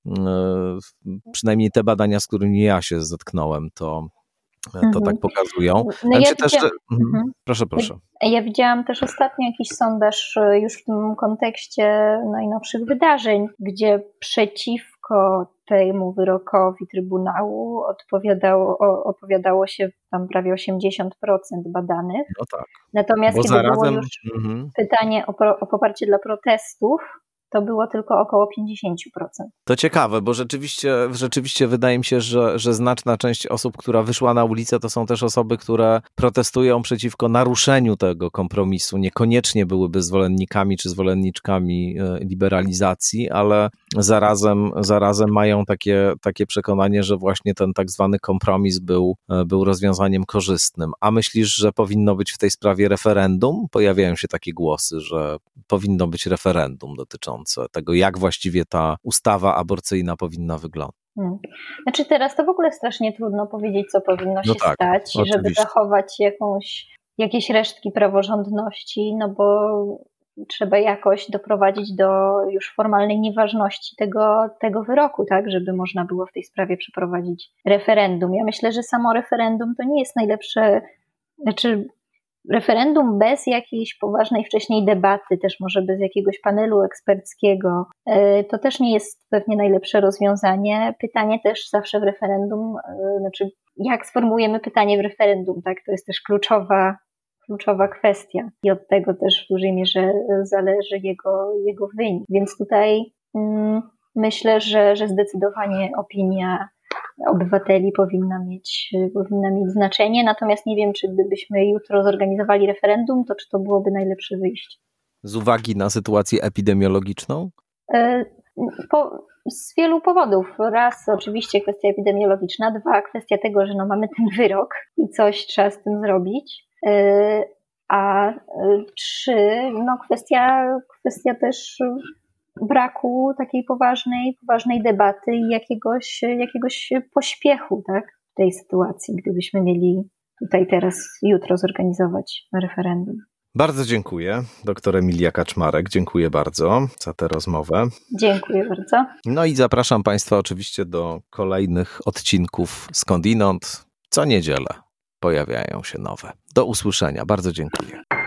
Przynajmniej te badania, z którymi ja się zetknąłem, to, to mhm. tak pokazują. No ja też, że... mhm. Proszę, proszę. Ja, ja widziałam też ostatnio jakiś sondaż już w tym kontekście najnowszych wydarzeń, gdzie przeciwko temu wyrokowi Trybunału odpowiadało, opowiadało się tam prawie osiemdziesiąt procent badanych. No tak. Natomiast Bo kiedy zarazem... było już mhm. pytanie o, pro, o poparcie dla protestów, to było tylko około pięćdziesiąt procent. To ciekawe, bo rzeczywiście, rzeczywiście wydaje mi się, że, że znaczna część osób, która wyszła na ulicę, to są też osoby, które protestują przeciwko naruszeniu tego kompromisu. Niekoniecznie byłyby zwolennikami czy zwolenniczkami liberalizacji, ale zarazem, zarazem mają takie, takie przekonanie, że właśnie ten tak zwany kompromis był, był rozwiązaniem korzystnym. A myślisz, że powinno być w tej sprawie referendum? Pojawiają się takie głosy, że powinno być referendum dotyczące tego, jak właściwie ta ustawa aborcyjna powinna wyglądać. Hmm. Znaczy teraz to w ogóle strasznie trudno powiedzieć, co powinno się no tak, stać, oczywiście. żeby zachować jakąś, jakieś resztki praworządności, no bo trzeba jakoś doprowadzić do już formalnej nieważności tego, tego wyroku, tak, żeby można było w tej sprawie przeprowadzić referendum. Ja myślę, że samo referendum to nie jest najlepsze, znaczy referendum bez jakiejś poważnej wcześniej debaty, też może bez jakiegoś panelu eksperckiego, to też nie jest pewnie najlepsze rozwiązanie. Pytanie też zawsze w referendum, znaczy jak sformułujemy pytanie w referendum, tak, to jest też kluczowa, kluczowa kwestia i od tego też w dużej mierze zależy jego, jego wynik. Więc tutaj mm, myślę, że, że zdecydowanie opinia obywateli powinna mieć, powinna mieć znaczenie, natomiast nie wiem, czy gdybyśmy jutro zorganizowali referendum, to czy to byłoby najlepsze wyjście. Z uwagi na sytuację epidemiologiczną? Po, z wielu powodów. Raz oczywiście kwestia epidemiologiczna, dwa kwestia tego, że no mamy ten wyrok i coś trzeba z tym zrobić, a trzy no kwestia, kwestia też braku takiej poważnej, poważnej debaty i jakiegoś, jakiegoś pośpiechu, tak, w tej sytuacji, gdybyśmy mieli tutaj teraz, jutro zorganizować referendum. Bardzo dziękuję. Doktor Emilia Kaczmarek, dziękuję bardzo za tę rozmowę. Dziękuję bardzo. No i zapraszam Państwa oczywiście do kolejnych odcinków Skądinąd. Co niedzielę pojawiają się nowe. Do usłyszenia. Bardzo dziękuję.